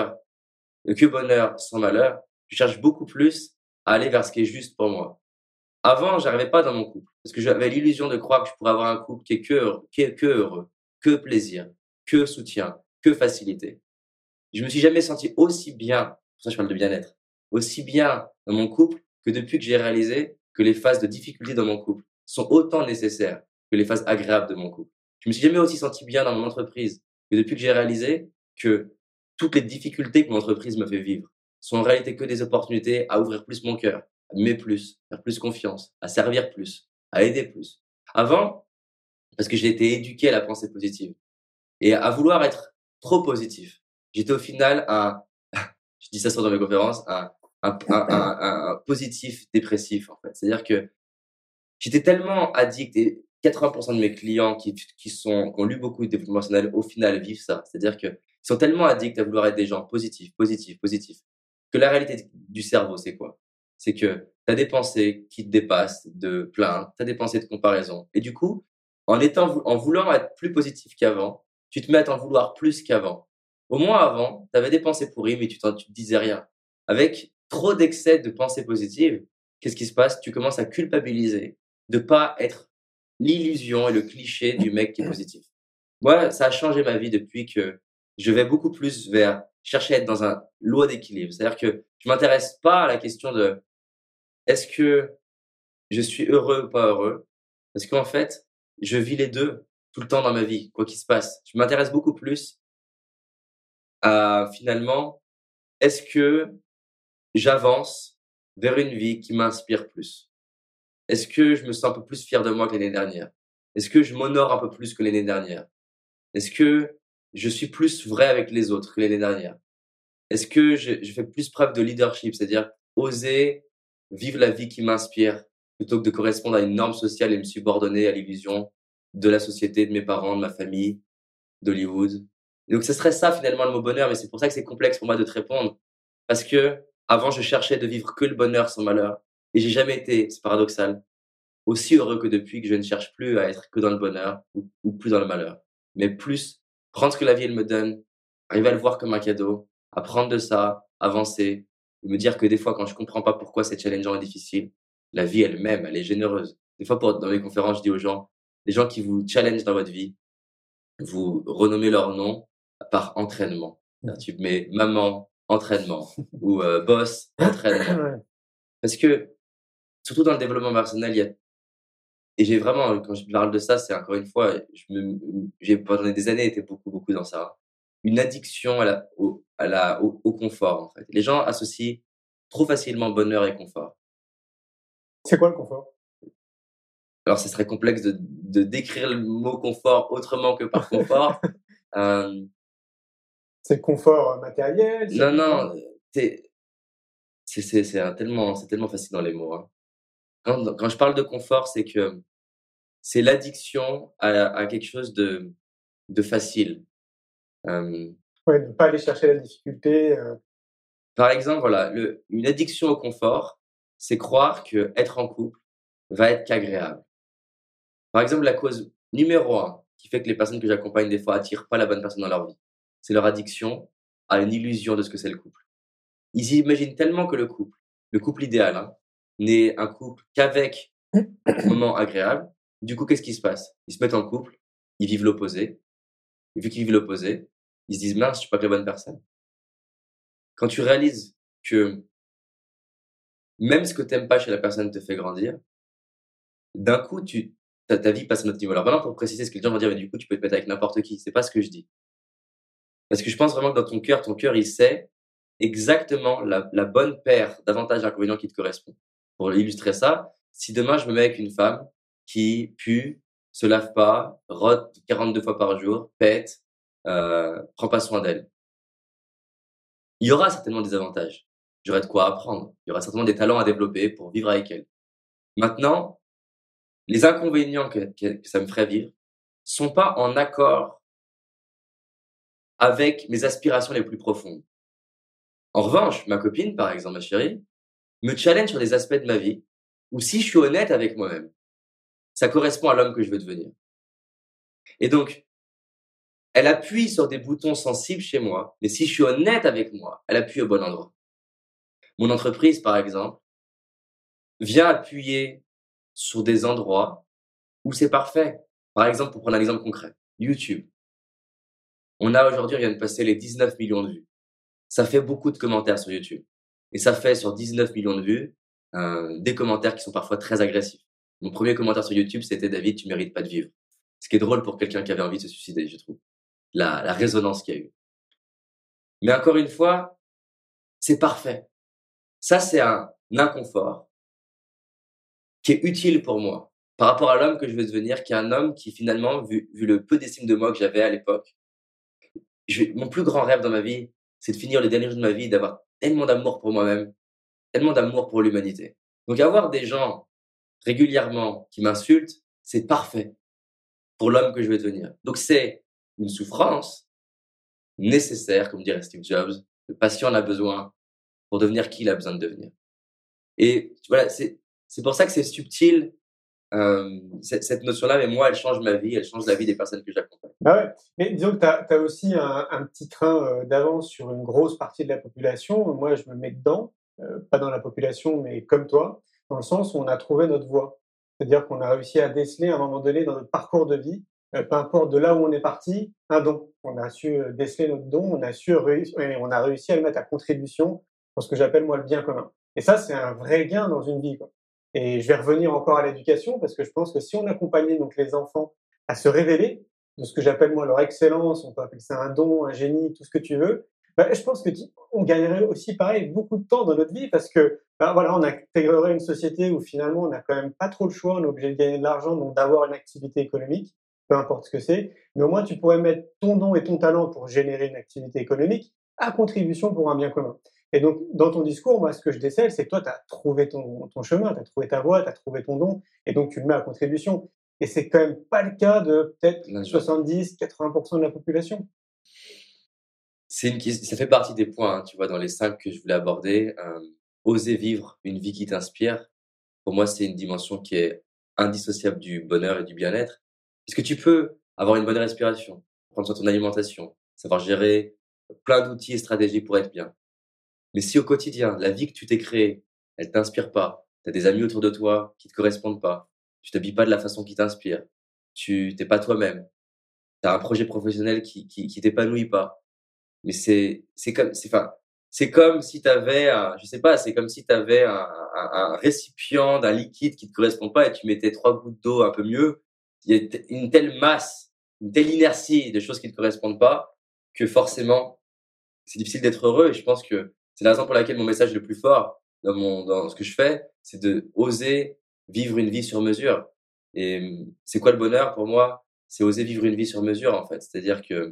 bonheur sans malheur. Je cherche beaucoup plus à aller vers ce qui est juste pour moi. Avant, j'arrivais pas dans mon couple parce que j'avais l'illusion de croire que je pourrais avoir un couple qui est que heureux, que plaisir, que soutien, que facilité. Je me suis jamais senti aussi bien, pour ça je parle de bien-être, aussi bien dans mon couple que depuis que j'ai réalisé que les phases de difficulté dans mon couple sont autant nécessaires que les phases agréables de mon couple. Je me suis jamais aussi senti bien dans mon entreprise que depuis que j'ai réalisé que toutes les difficultés que mon entreprise me fait vivre sont en réalité que des opportunités à ouvrir plus mon cœur, à aimer plus, faire plus confiance, à servir plus, à aider plus. Avant, parce que j'ai été éduqué à la pensée positive et à vouloir être trop positif, j'étais au final je dis ça souvent dans mes conférences, un positif dépressif en fait. C'est-à-dire que j'étais tellement addict et 80% de mes clients qui ont lu beaucoup de développement personnel au final vivent ça. C'est-à-dire que ils sont tellement addicts à vouloir être des gens positifs, que la réalité du cerveau, c'est quoi? C'est que tu as des pensées qui te dépassent de plainte, tu as des pensées de comparaison. Et du coup, en voulant être plus positif qu'avant, tu te mets à en vouloir plus qu'avant. Au moins avant, tu avais des pensées pourries, mais tu te disais rien. Avec trop d'excès de pensées positives, qu'est-ce qui se passe? Tu commences à culpabiliser de pas être l'illusion et le cliché du mec qui est positif. Moi, ça a changé ma vie depuis que je vais beaucoup plus vers chercher à être dans un lot d'équilibre. C'est-à-dire que je m'intéresse pas à la question de est-ce que je suis heureux ou pas heureux? Parce qu'en fait, je vis les deux tout le temps dans ma vie, quoi qu'il se passe. Je m'intéresse beaucoup plus à finalement, est-ce que j'avance vers une vie qui m'inspire plus? Est-ce que je me sens un peu plus fier de moi que l'année dernière? Est-ce que je m'honore un peu plus que l'année dernière? Est-ce que je suis plus vrai avec les autres que l'année dernière? Est-ce que je fais plus preuve de leadership, c'est-à-dire oser vivre la vie qui m'inspire plutôt que de correspondre à une norme sociale et me subordonner à l'illusion de la société, de mes parents, de ma famille, d'Hollywood? Et donc, ce serait ça finalement le mot bonheur, mais c'est pour ça que c'est complexe pour moi de te répondre. Parce que avant, je cherchais de vivre que le bonheur sans malheur. Et j'ai jamais été, c'est paradoxal, aussi heureux que depuis que je ne cherche plus à être que dans le bonheur ou plus dans le malheur. Mais plus prendre ce que la vie elle me donne, arriver à le voir comme un cadeau, apprendre de ça, avancer, et me dire que des fois, quand je comprends pas pourquoi c'est challengeant et difficile, la vie elle-même, elle est généreuse. Des fois, dans mes conférences, je dis aux gens, les gens qui vous challengent dans votre vie, vous renommez leur nom par entraînement. Tu mets maman, entraînement, ou boss, entraînement. Parce que, surtout dans le développement personnel, et j'ai vraiment, quand je parle de ça, c'est encore une fois, j'ai pendant des années été beaucoup dans ça. Une addiction au confort, en fait. Les gens associent trop facilement bonheur et confort. C'est quoi le confort? Alors, ce serait complexe de décrire le mot confort autrement que par confort. C'est le confort matériel? Non, c'est tellement facile dans les mots, hein. Quand je parle de confort, c'est que c'est l'addiction à quelque chose de facile. Ouais, ne pas aller chercher la difficulté. Par exemple, voilà, une addiction au confort, c'est croire que être en couple va être qu'agréable. Par exemple, la cause numéro 1 qui fait que les personnes que j'accompagne des fois attirent pas la bonne personne dans leur vie, c'est leur addiction à une illusion de ce que c'est le couple. Ils imaginent tellement que le couple idéal, hein, n'est un couple qu'avec un moment agréable. Du coup, qu'est-ce qui se passe? Ils se mettent en couple, ils vivent l'opposé. Et vu qu'ils vivent l'opposé, ils se disent mince, je suis pas que la bonne personne. Quand tu réalises que même ce que t'aimes pas chez la personne te fait grandir, d'un coup, ta vie passe à un autre niveau. Alors vraiment, pour préciser ce que les gens vont dire, mais du coup, tu peux te mettre avec n'importe qui. C'est pas ce que je dis. Parce que je pense vraiment que dans ton cœur, il sait exactement la bonne paire d'avantages et d'inconvénients qui te correspond. Pour illustrer ça, si demain je me mets avec une femme qui pue, se lave pas, rote 42 fois par jour, pète, prend pas soin d'elle, il y aura certainement des avantages. J'aurai de quoi apprendre. Il y aura certainement des talents à développer pour vivre avec elle. Maintenant, les inconvénients que ça me ferait vivre sont pas en accord avec mes aspirations les plus profondes. En revanche, ma copine, par exemple, ma chérie, me challenge sur des aspects de ma vie où si je suis honnête avec moi-même, ça correspond à l'homme que je veux devenir. Et donc, elle appuie sur des boutons sensibles chez moi, mais si je suis honnête avec moi, elle appuie au bon endroit. Mon entreprise, par exemple, vient appuyer sur des endroits où c'est parfait. Par exemple, pour prendre un exemple concret, YouTube. On vient de passer les 19 millions de vues. Ça fait beaucoup de commentaires sur YouTube. Et ça fait sur 19 millions de vues, des commentaires qui sont parfois très agressifs. Mon premier commentaire sur YouTube, c'était « David, tu mérites pas de vivre ». Ce qui est drôle pour quelqu'un qui avait envie de se suicider, je trouve. La résonance qu'il y a eu. Mais encore une fois, c'est parfait. Ça, c'est un inconfort qui est utile pour moi par rapport à l'homme que je veux devenir, qui est un homme qui finalement, vu le peu d'estime de moi que j'avais à l'époque, mon plus grand rêve dans ma vie, c'est de finir les derniers jours de ma vie, d'avoir tellement d'amour pour moi-même, tellement d'amour pour l'humanité. Donc avoir des gens régulièrement qui m'insultent, c'est parfait pour l'homme que je veux devenir. Donc c'est une souffrance nécessaire, comme dirait Steve Jobs. Le patient en a besoin pour devenir qui il a besoin de devenir. Et voilà, c'est pour ça que c'est subtil, cette notion-là, mais moi, elle change ma vie, elle change la vie des personnes que j'accompagne. Bah ouais. Mais disons que tu as aussi un petit train d'avance sur une grosse partie de la population. Moi, je me mets dedans, pas dans la population, mais comme toi, dans le sens où on a trouvé notre voie. C'est-à-dire qu'on a réussi à déceler à un moment donné dans notre parcours de vie, peu importe de là où on est parti, un don. On a su déceler notre don, on a réussi à le mettre à contribution pour ce que j'appelle moi le bien commun. Et ça, c'est un vrai gain dans une vie, quoi. Et je vais revenir encore à l'éducation parce que je pense que si on accompagnait donc les enfants à se révéler de ce que j'appelle moi leur excellence, on peut appeler ça un don, un génie, tout ce que tu veux, je pense que on gagnerait aussi pareil beaucoup de temps dans notre vie parce que voilà, on intégrerait une société où finalement on n'a quand même pas trop le choix, on est obligé de gagner de l'argent, donc d'avoir une activité économique, peu importe ce que c'est, mais au moins tu pourrais mettre ton don et ton talent pour générer une activité économique à contribution pour un bien commun. Et donc, dans ton discours, moi, ce que je décèle, c'est que toi, tu as trouvé ton chemin, tu as trouvé ta voie, tu as trouvé ton don, et donc tu le mets à contribution. Et c'est quand même pas le cas de peut-être 70-80% de la population. Ça fait partie des points, hein, tu vois, dans les 5 que je voulais aborder. Oser vivre une vie qui t'inspire. Pour moi, c'est une dimension qui est indissociable du bonheur et du bien-être. Parce que tu peux avoir une bonne respiration, prendre soin de ton alimentation, savoir gérer plein d'outils et stratégies pour être bien. Mais si au quotidien, la vie que tu t'es créée, elle t'inspire pas, tu as des amis autour de toi qui te correspondent pas, tu t'habilles pas de la façon qui t'inspire, tu t'es pas toi-même, tu as un projet professionnel qui t'épanouit pas. Mais c'est comme si tu avais un récipient d'un liquide qui te correspond pas et tu mettais 3 gouttes d'eau un peu mieux. Il y a une telle masse, une telle inertie de choses qui te correspondent pas que forcément, c'est difficile d'être heureux. Et je pense que c'est la raison pour laquelle mon message le plus fort dans ce que je fais, c'est de oser vivre une vie sur mesure. Et c'est quoi le bonheur pour moi? C'est oser vivre une vie sur mesure, en fait. C'est-à-dire que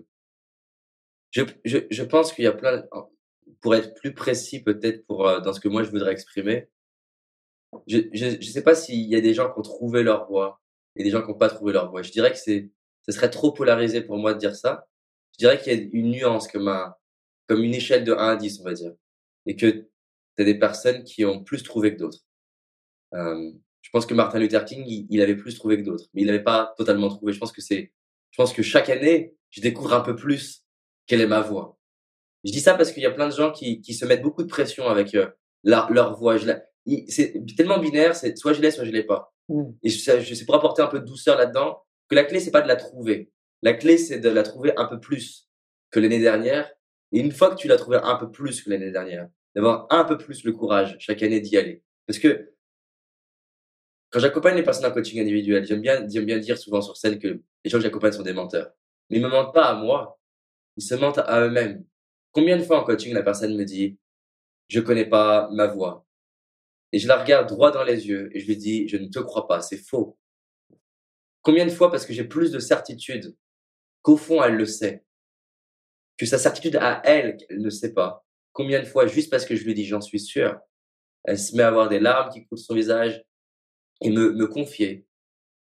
je pense qu'il y a pour être plus précis peut-être dans ce que moi je voudrais exprimer, je sais pas s'il y a des gens qui ont trouvé leur voie et des gens qui n'ont pas trouvé leur voie. Je dirais que ce serait trop polarisé pour moi de dire ça. Je dirais qu'il y a une nuance comme une échelle de 1 à 10, on va dire. Et que tu as des personnes qui ont plus trouvé que d'autres. Je pense que Martin Luther King, il avait plus trouvé que d'autres, mais il n'avait pas totalement trouvé. Je pense que chaque année, je découvre un peu plus quelle est ma voie. Je dis ça parce qu'il y a plein de gens qui se mettent beaucoup de pression avec leur voie. C'est tellement binaire, c'est soit je l'ai, soit je l'ai pas. Et c'est pour apporter un peu de douceur là-dedans, que la clé, c'est pas de la trouver. La clé, c'est de la trouver un peu plus que l'année dernière. Et une fois que tu l'as trouvé un peu plus que l'année dernière, d'avoir un peu plus le courage chaque année d'y aller. Parce que quand j'accompagne les personnes en coaching individuel, j'aime bien dire souvent sur scène que les gens que j'accompagne sont des menteurs. Mais ils me mentent pas à moi, ils se mentent à eux-mêmes. Combien de fois en coaching la personne me dit « je connais pas ma voix ». Et je la regarde droit dans les yeux et je lui dis « je ne te crois pas, c'est faux ». Combien de fois parce que j'ai plus de certitude qu'au fond elle le sait, que sa certitude à elle, qu'elle ne sait pas. Combien de fois juste parce que je lui dis « j'en suis sûr », elle se met à avoir des larmes qui coulent sur son visage et me confier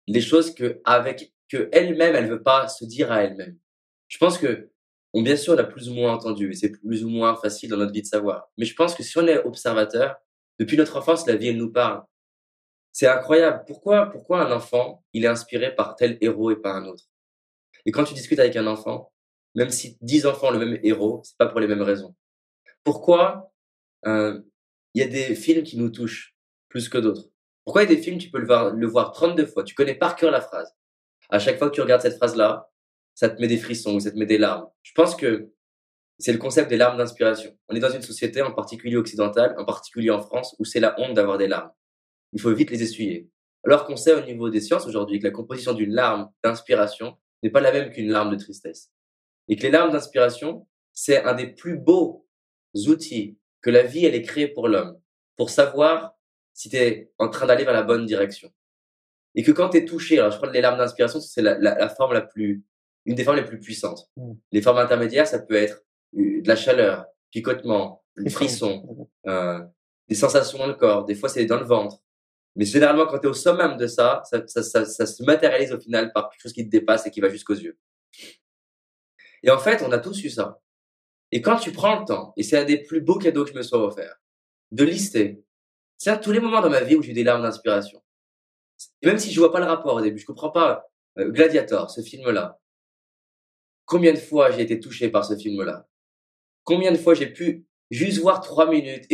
des choses que elle-même, elle veut pas se dire à elle-même. Je pense que, bien sûr, on a plus ou moins entendu, et c'est plus ou moins facile dans notre vie de savoir. Mais je pense que si on est observateur, depuis notre enfance, la vie, elle nous parle. C'est incroyable. Pourquoi un enfant, il est inspiré par tel héros et pas un autre? Et quand tu discutes avec un enfant, même si 10 enfants ont le même héros, c'est pas pour les mêmes raisons. Pourquoi il y a des films qui nous touchent plus que d'autres? Pourquoi il y a des films, tu peux le voir 32 fois, tu connais par cœur la phrase. À chaque fois que tu regardes cette phrase-là, ça te met des frissons, ça te met des larmes. Je pense que c'est le concept des larmes d'inspiration. On est dans une société, en particulier occidentale, en particulier en France, où c'est la honte d'avoir des larmes. Il faut vite les essuyer. Alors qu'on sait au niveau des sciences aujourd'hui que la composition d'une larme d'inspiration n'est pas la même qu'une larme de tristesse. Et que les larmes d'inspiration, c'est un des plus beaux outils que la vie, elle est créée pour l'homme, pour savoir si tu es en train d'aller vers la bonne direction. Et que quand tu es touché, alors je crois que les larmes d'inspiration, c'est la forme une des formes les plus puissantes. Les formes intermédiaires, ça peut être de la chaleur, picotement, une frisson, des sensations dans le corps, des fois c'est dans le ventre. Mais généralement, quand tu es au summum de ça se matérialise au final par quelque chose qui te dépasse et qui va jusqu'aux yeux. Et en fait, on a tous eu ça. Et quand tu prends le temps, et c'est un des plus beaux cadeaux que je me sois offert, de lister, c'est tous les moments dans ma vie où j'ai eu des larmes d'inspiration. Et même si je vois pas le rapport au début, je comprends pas Gladiator, ce film-là. Combien de fois j'ai été touché par ce film-là? Combien de fois j'ai pu juste voir 3 minutes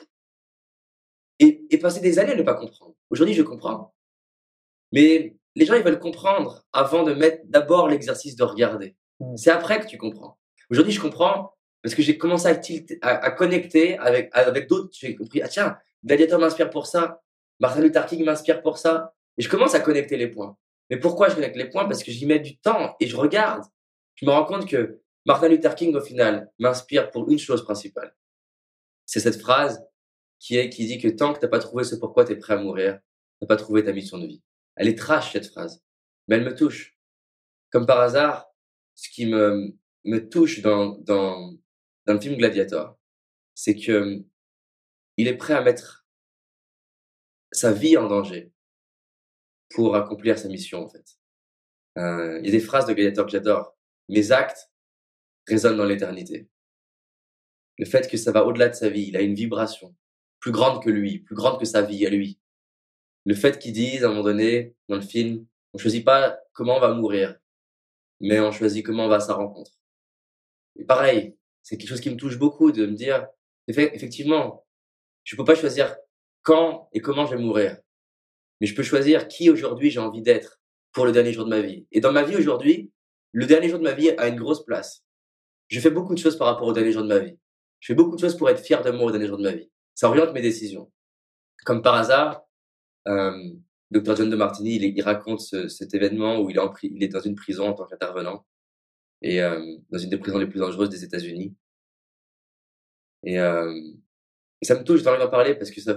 et passer des années à ne pas comprendre. Aujourd'hui, je comprends. Mais les gens, ils veulent comprendre avant de mettre d'abord l'exercice de regarder. C'est après que tu comprends. Aujourd'hui, je comprends parce que j'ai commencé à connecter avec d'autres. J'ai compris, ah tiens, Gladiator m'inspire pour ça, Martin Luther King m'inspire pour ça. Et je commence à connecter les points. Mais pourquoi je connecte les points? Parce que j'y mets du temps et je regarde. Je me rends compte que Martin Luther King, au final, m'inspire pour une chose principale. C'est cette phrase qui dit que tant que t'as pas trouvé ce pourquoi t'es prêt à mourir, t'as pas trouvé ta mission de vie. Elle est trash, cette phrase. Mais elle me touche. Comme par hasard, ce qui me touche dans le film Gladiator, c'est que il est prêt à mettre sa vie en danger pour accomplir sa mission, en fait. Il y a des phrases de Gladiator que j'adore. Mes actes résonnent dans l'éternité. Le fait que ça va au-delà de sa vie, il a une vibration plus grande que lui, plus grande que sa vie à lui. Le fait qu'ils disent, à un moment donné, dans le film, on choisit pas comment on va mourir, mais on choisit comment on va à sa rencontre. Et pareil, c'est quelque chose qui me touche beaucoup de me dire, effectivement, je peux pas choisir quand et comment je vais mourir, mais je peux choisir qui aujourd'hui j'ai envie d'être pour le dernier jour de ma vie. Et dans ma vie aujourd'hui, le dernier jour de ma vie a une grosse place. Je fais beaucoup de choses par rapport au dernier jour de ma vie. Je fais beaucoup de choses pour être fier de moi au dernier jour de ma vie. Ça oriente mes décisions. Comme par hasard, Dr John DeMartini, il raconte cet événement où il est dans une prison en tant qu'intervenant et dans une des prisons les plus dangereuses des États-Unis. Et ça me touche, j'ai envie d'en parler parce que ça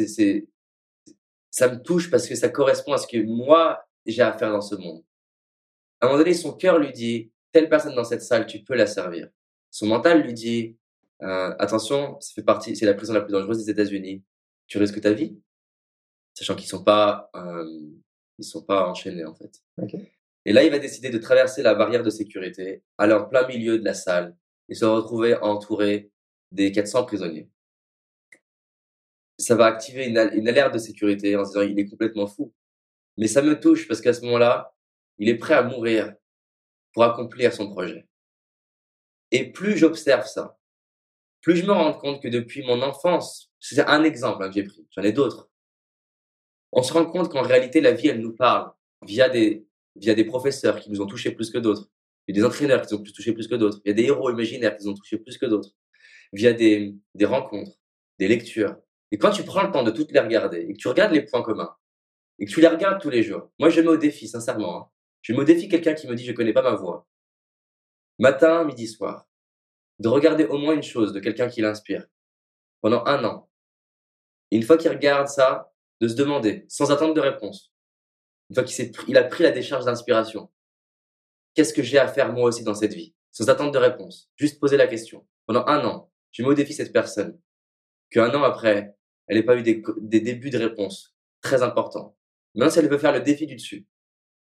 me touche parce que ça correspond à ce que moi j'ai à faire dans ce monde. À un moment donné, son cœur lui dit, telle personne dans cette salle, tu peux la servir. Son mental lui dit, attention, c'est la prison la plus dangereuse des États-Unis. Tu risques ta vie, sachant qu'ils sont pas enchaînés en fait. Okay. Et là, il va décider de traverser la barrière de sécurité, aller en plein milieu de la salle et se retrouver entouré des 400 prisonniers. Ça va activer une alerte de sécurité en se disant il est complètement fou. Mais ça me touche parce qu'à ce moment-là, il est prêt à mourir pour accomplir son projet. Et plus j'observe ça, plus je me rends compte que depuis mon enfance, c'est un exemple que j'ai pris, j'en ai d'autres. On se rend compte qu'en réalité, la vie, elle nous parle via des professeurs qui nous ont touchés plus que d'autres, via des entraîneurs qui nous ont touchés plus que d'autres, via des héros imaginaires qui nous ont touchés plus que d'autres, via des rencontres, des lectures. Et quand tu prends le temps de toutes les regarder et que tu regardes les points communs et que tu les regardes tous les jours, moi je mets au défi, sincèrement, hein, je mets au défi quelqu'un qui me dit je connais pas ma voix, matin, midi, soir, de regarder au moins une chose de quelqu'un qui l'inspire pendant 1 an. Et une fois qu'il regarde ça, de se demander, sans attendre de réponse, une fois qu'il a pris la décharge d'inspiration, qu'est-ce que j'ai à faire moi aussi dans cette vie? Sans attendre de réponse, juste poser la question. Pendant 1 an, je mets au défi cette personne, qu'1 an après, elle n'ait pas eu des débuts de réponse très importants. Maintenant, si elle veut faire le défi du dessus,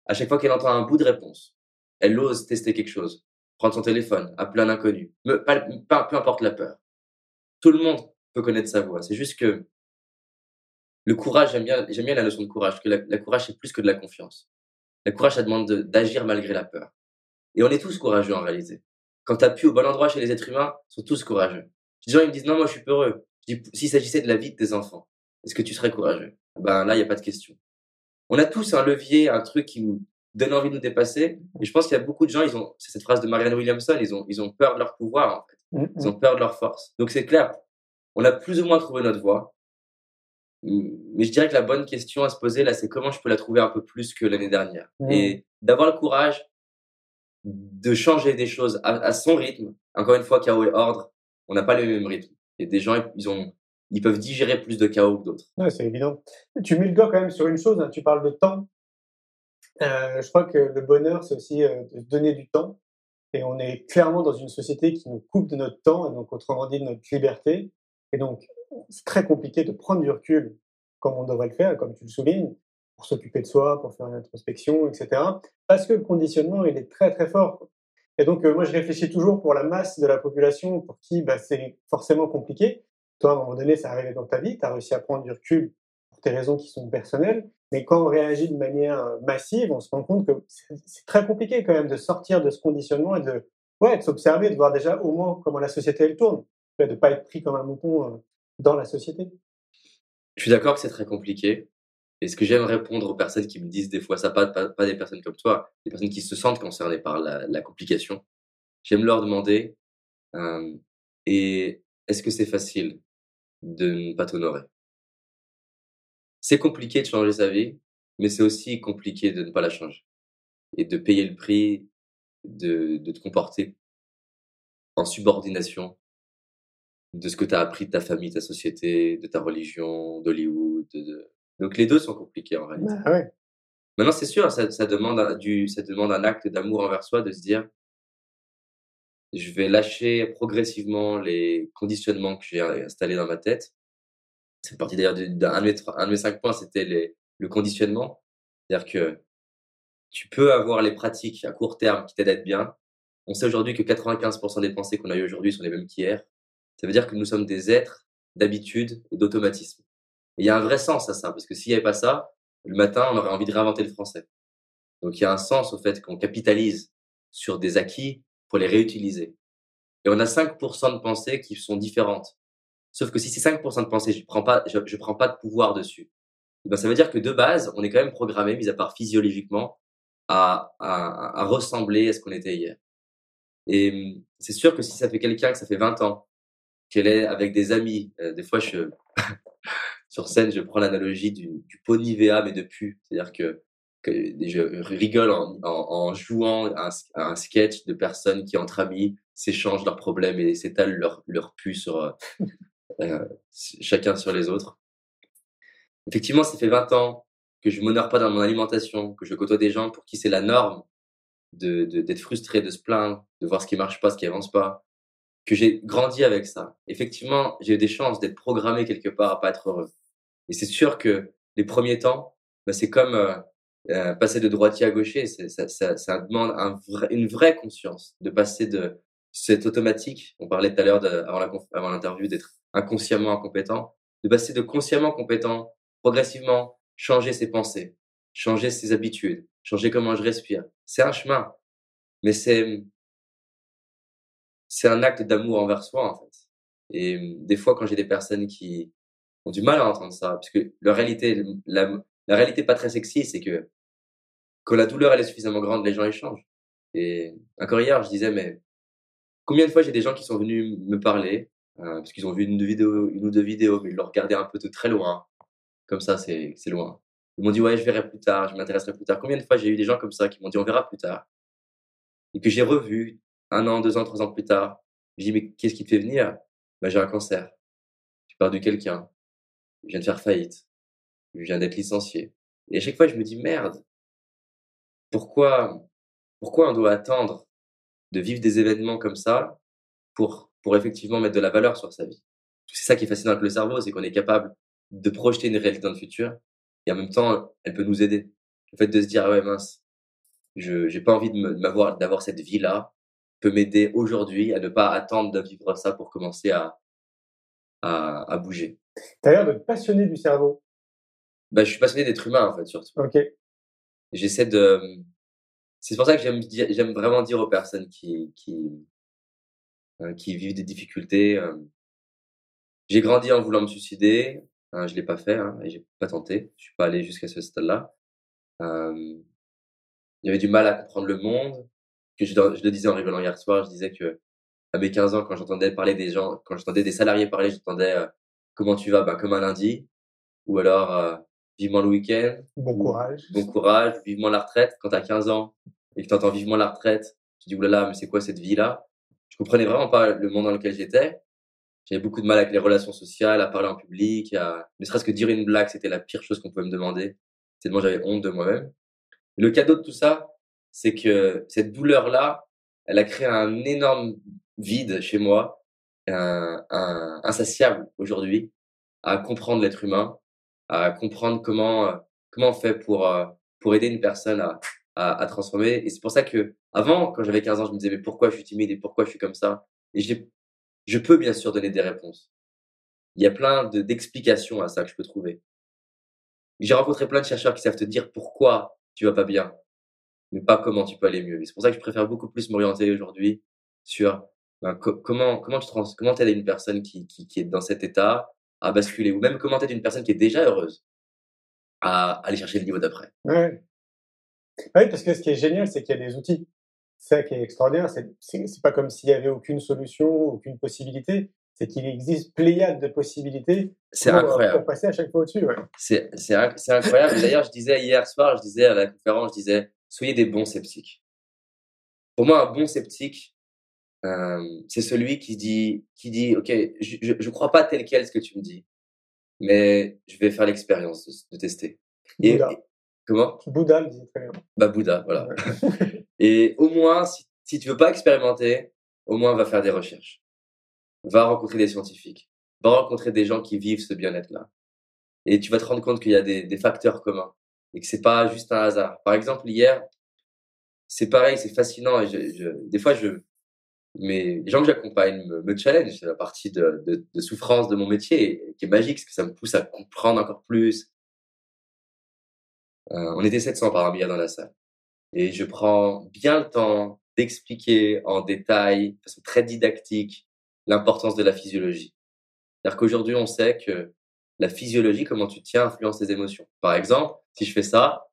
À chaque fois qu'elle entend un bout de réponse, elle ose tester quelque chose, prendre son téléphone, appeler un inconnu, peu importe la peur. Tout le monde peut connaître sa voix. C'est juste que le courage, j'aime bien la notion de courage, parce que la courage, c'est plus que de la confiance. Le courage, ça demande d'agir malgré la peur. Et on est tous courageux en réalité. Quand tu appuies au bon endroit chez les êtres humains, ils sont tous courageux. Les gens, ils me disent, non, moi, je suis peureux. Je dis, s'il s'agissait de la vie de tes enfants, est-ce que tu serais courageux? Ben là, il n'y a pas de question. On a tous un levier, un truc qui nous donne envie de nous dépasser. Et je pense qu'il y a beaucoup de gens, c'est cette phrase de Marianne Williamson, ils ont peur de leur pouvoir, en fait. Ils ont peur de leur force. Donc c'est clair, on a plus ou moins trouvé notre voie. Mais je dirais que la bonne question à se poser, là, c'est comment je peux la trouver un peu plus que l'année dernière. Et d'avoir le courage de changer des choses à son rythme. Encore une fois, chaos et ordre, on n'a pas le même rythme. Et des gens, ils peuvent digérer plus de chaos que d'autres. Ouais, c'est évident. Tu mets le doigt quand même sur une chose, hein, tu parles de temps. Je crois que le bonheur, c'est aussi de donner du temps. Et on est clairement dans une société qui nous coupe de notre temps, et donc autrement dit de notre liberté. Et donc, c'est très compliqué de prendre du recul comme on devrait le faire, comme tu le soulignes, pour s'occuper de soi, pour faire une introspection, etc. Parce que le conditionnement, il est très très fort. Et donc, moi, je réfléchis toujours pour la masse de la population pour qui c'est forcément compliqué. Toi, à un moment donné, ça arrivé dans ta vie, tu as réussi à prendre du recul pour tes raisons qui sont personnelles. Mais quand on réagit de manière massive, on se rend compte que c'est très compliqué quand même de sortir de ce conditionnement et de s'observer, de voir déjà au moins comment la société elle tourne, de ne pas être pris comme un mouton dans la société. Je suis d'accord que c'est très compliqué. Et ce que j'aime répondre aux personnes qui me disent des fois ça, pas des personnes comme toi, des personnes qui se sentent concernées par la complication, j'aime leur demander et est-ce que c'est facile de ne pas t'honorer? C'est compliqué de changer sa vie, mais c'est aussi compliqué de ne pas la changer et de payer le prix de te comporter en subordination de ce que tu as appris de ta famille, de ta société, de ta religion, d'Hollywood. Donc les deux sont compliqués en réalité. Ah ouais. Maintenant, c'est sûr, ça demande un acte d'amour envers soi, de se dire je vais lâcher progressivement les conditionnements que j'ai installés dans ma tête. C'est parti d'ailleurs d'un de mes 5 points, c'était le conditionnement. C'est-à-dire que tu peux avoir les pratiques à court terme qui t'aident à être bien. On sait aujourd'hui que 95% des pensées qu'on a eues aujourd'hui sont les mêmes qu'hier. Ça veut dire que nous sommes des êtres d'habitude et d'automatisme. Et il y a un vrai sens à ça, parce que s'il n'y avait pas ça, le matin, on aurait envie de réinventer le français. Donc il y a un sens au fait qu'on capitalise sur des acquis pour les réutiliser. Et on a 5% de pensées qui sont différentes. Sauf que si ces 5% de pensées, je prends pas de pouvoir dessus, ça veut dire que de base, on est quand même programmé, mis à part physiologiquement, à ressembler à ce qu'on était hier. Et c'est sûr que si ça fait quelqu'un que ça fait 20 ans, qu'elle est avec des amis, des fois sur scène, je prends l'analogie du pot Nivea, mais de pu. C'est-à-dire que je rigole en jouant à un sketch de personnes qui, entre amis, s'échangent leurs problèmes et s'étalent leur pu sur chacun sur les autres. Effectivement, ça fait 20 ans que je m'honore pas dans mon alimentation, que je côtoie des gens pour qui c'est la norme d'être frustré, de se plaindre, de voir ce qui marche pas, ce qui avance pas, que j'ai grandi avec ça. Effectivement, j'ai eu des chances d'être programmé quelque part à pas être heureux. Et c'est sûr que les premiers temps, c'est comme passer de droitier à gaucher. Ça demande une vraie conscience de passer de cet automatique. On parlait tout à l'heure avant l'interview d'être inconsciemment incompétent, de passer de consciemment compétent, progressivement changer ses pensées, changer ses habitudes, changer comment je respire. C'est un chemin, mais c'est un acte d'amour envers soi en fait. Et des fois, quand j'ai des personnes qui ont du mal à entendre ça, parce que la réalité pas très sexy, c'est que quand la douleur elle est suffisamment grande, les gens échangent. Et encore hier, je disais, mais combien de fois j'ai des gens qui sont venus me parler, parce qu'ils ont vu une ou deux vidéos, mais ils l'ont regardé un peu de très loin. Comme ça, c'est loin. Ils m'ont dit, ouais, je verrai plus tard, je m'intéresserai plus tard. Combien de fois j'ai eu des gens comme ça qui m'ont dit, on verra plus tard. Et que j'ai revu 1 an, 2 ans, 3 ans plus tard. Je dis, mais qu'est-ce qui te fait venir? J'ai un cancer. J'ai perdu quelqu'un. Je viens de faire faillite. Je viens d'être licencié. Et à chaque fois, je me dis, merde. Pourquoi on doit attendre de vivre des événements comme ça pour effectivement mettre de la valeur sur sa vie? C'est ça qui est fascinant avec le cerveau, c'est qu'on est capable de projeter une réalité dans le futur et en même temps, elle peut nous aider. Le fait de se dire, ah ouais, mince, j'ai pas envie d'avoir cette vie-là, peut m'aider aujourd'hui à ne pas attendre de vivre ça pour commencer à bouger. Tu as l'air de te passionner du cerveau. Je suis passionné d'être humain, en fait, surtout. Ok. J'essaie de... C'est pour ça que j'aime vraiment dire aux personnes qui vivent des difficultés. J'ai grandi en voulant me suicider. Je l'ai pas fait, et j'ai pas tenté. Je suis pas allé jusqu'à ce stade-là. J'avais du mal à comprendre le monde. Je le disais en rigolant hier soir. Je disais que à mes 15 ans, quand j'entendais parler des gens, quand j'entendais des salariés parler, j'entendais comment tu vas, comme un lundi, ou alors vivement le week-end. Bon courage. Bon courage, vivement la retraite. Quand tu as 15 ans et que tu entends vivement la retraite, tu dis oulala, mais c'est quoi cette vie-là? Je comprenais vraiment pas le monde dans lequel j'étais. J'avais beaucoup de mal avec les relations sociales, à parler en public, ne serait-ce que dire une blague, c'était la pire chose qu'on pouvait me demander. Tellement j'avais honte de moi-même. Et le cadeau de tout ça, c'est que cette douleur-là, elle a créé un énorme vide chez moi, insatiable aujourd'hui, à comprendre l'être humain, à comprendre comment on fait pour aider une personne à transformer. Et c'est pour ça que avant, quand j'avais 15 ans, je me disais mais pourquoi je suis timide et pourquoi je suis comme ça? Et je peux bien sûr donner des réponses. Il y a plein d'explications à ça que je peux trouver. J'ai rencontré plein de chercheurs qui savent te dire pourquoi tu vas pas bien, mais pas comment tu peux aller mieux. Et c'est pour ça que je préfère beaucoup plus m'orienter aujourd'hui sur comment t'aider une personne qui est dans cet état à basculer, ou même comment t'aider une personne qui est déjà heureuse à aller chercher le niveau d'après. Ouais. Oui, parce que ce qui est génial, c'est qu'il y a des outils. C'est ça qui est extraordinaire. C'est pas comme s'il y avait aucune solution, aucune possibilité. C'est qu'il existe pléiade de possibilités. C'est incroyable. Pour passer à chaque fois au-dessus, ouais. C'est incroyable. D'ailleurs, je disais hier soir, à la conférence, soyez des bons sceptiques. Pour moi, un bon sceptique, c'est celui qui dit, ok, je crois pas tel quel ce que tu me dis, mais je vais faire l'expérience de tester. Bouddha. Comment? Bouddha le disait très bien. Bouddha, voilà. Ouais. Et au moins, si tu veux pas expérimenter, au moins va faire des recherches. Va rencontrer des scientifiques. Va rencontrer des gens qui vivent ce bien-être-là. Et tu vas te rendre compte qu'il y a des facteurs communs. Et que c'est pas juste un hasard. Par exemple, hier, c'est pareil, c'est fascinant. Et des fois, mais les gens que j'accompagne me challenge. C'est la partie de souffrance de mon métier qui est magique, parce que ça me pousse à comprendre encore plus. On était 700 par un hier dans la salle. Et je prends bien le temps d'expliquer en détail, de façon très didactique, l'importance de la physiologie. C'est-à-dire qu'aujourd'hui, on sait que la physiologie, comment tu te tiens, influence tes émotions. Par exemple, si je fais ça,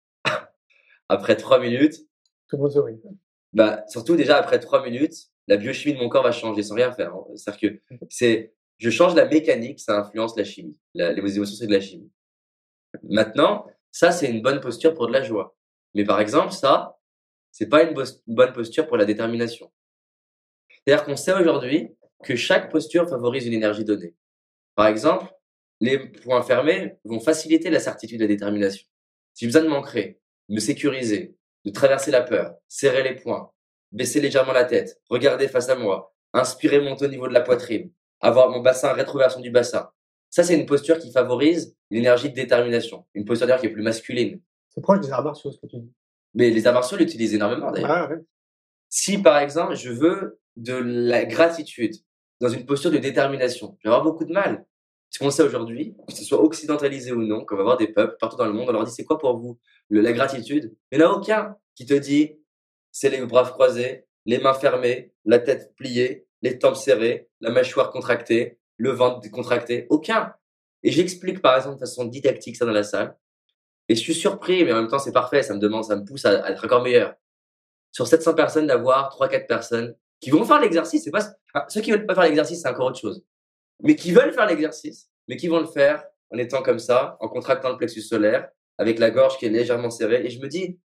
après 3 minutes, tout le monde sourit. Surtout déjà après 3 minutes, la biochimie de mon corps va changer sans rien faire. C'est-à-dire que je change la mécanique, ça influence la chimie. Les émotions, c'est de la chimie. Maintenant, ça, c'est une bonne posture pour de la joie. Mais par exemple, ça, c'est pas une bonne posture pour la détermination. C'est-à-dire qu'on sait aujourd'hui que chaque posture favorise une énergie donnée. Par exemple, les poings fermés vont faciliter la certitude et la détermination. Si j'ai besoin de m'ancrer, de me sécuriser, de traverser la peur, serrer les poings, baisser légèrement la tête, regarder face à moi, inspirer, monter au niveau de la poitrine, avoir mon bassin, rétroversion du bassin. Ça, c'est une posture qui favorise l'énergie de détermination. Une posture d'ailleurs qui est plus masculine. C'est proche des arts martiaux, ce que tu dis. Mais les arts martiaux l'utilisent énormément d'ailleurs. Ah, ouais. Si par exemple, je veux de la gratitude dans une posture de détermination, je vais avoir beaucoup de mal. Parce qu'on sait aujourd'hui, que ce soit occidentalisé ou non, qu'on va avoir des peuples partout dans le monde, on leur dit c'est quoi pour vous la gratitude? Il n'y en a aucun qui te dit c'est les bras croisés, les mains fermées, la tête pliée, les tempes serrées, la mâchoire contractée, le ventre contracté. Aucun. Et j'explique par exemple de façon didactique ça dans la salle. Et je suis surpris, mais en même temps c'est parfait, ça me pousse à être encore meilleur. Sur 700 personnes, d'avoir 3-4 personnes qui vont faire l'exercice. Ceux qui veulent pas faire l'exercice, c'est encore autre chose. Mais qui veulent faire l'exercice, mais qui vont le faire en étant comme ça, en contractant le plexus solaire, avec la gorge qui est légèrement serrée. Et je me dis,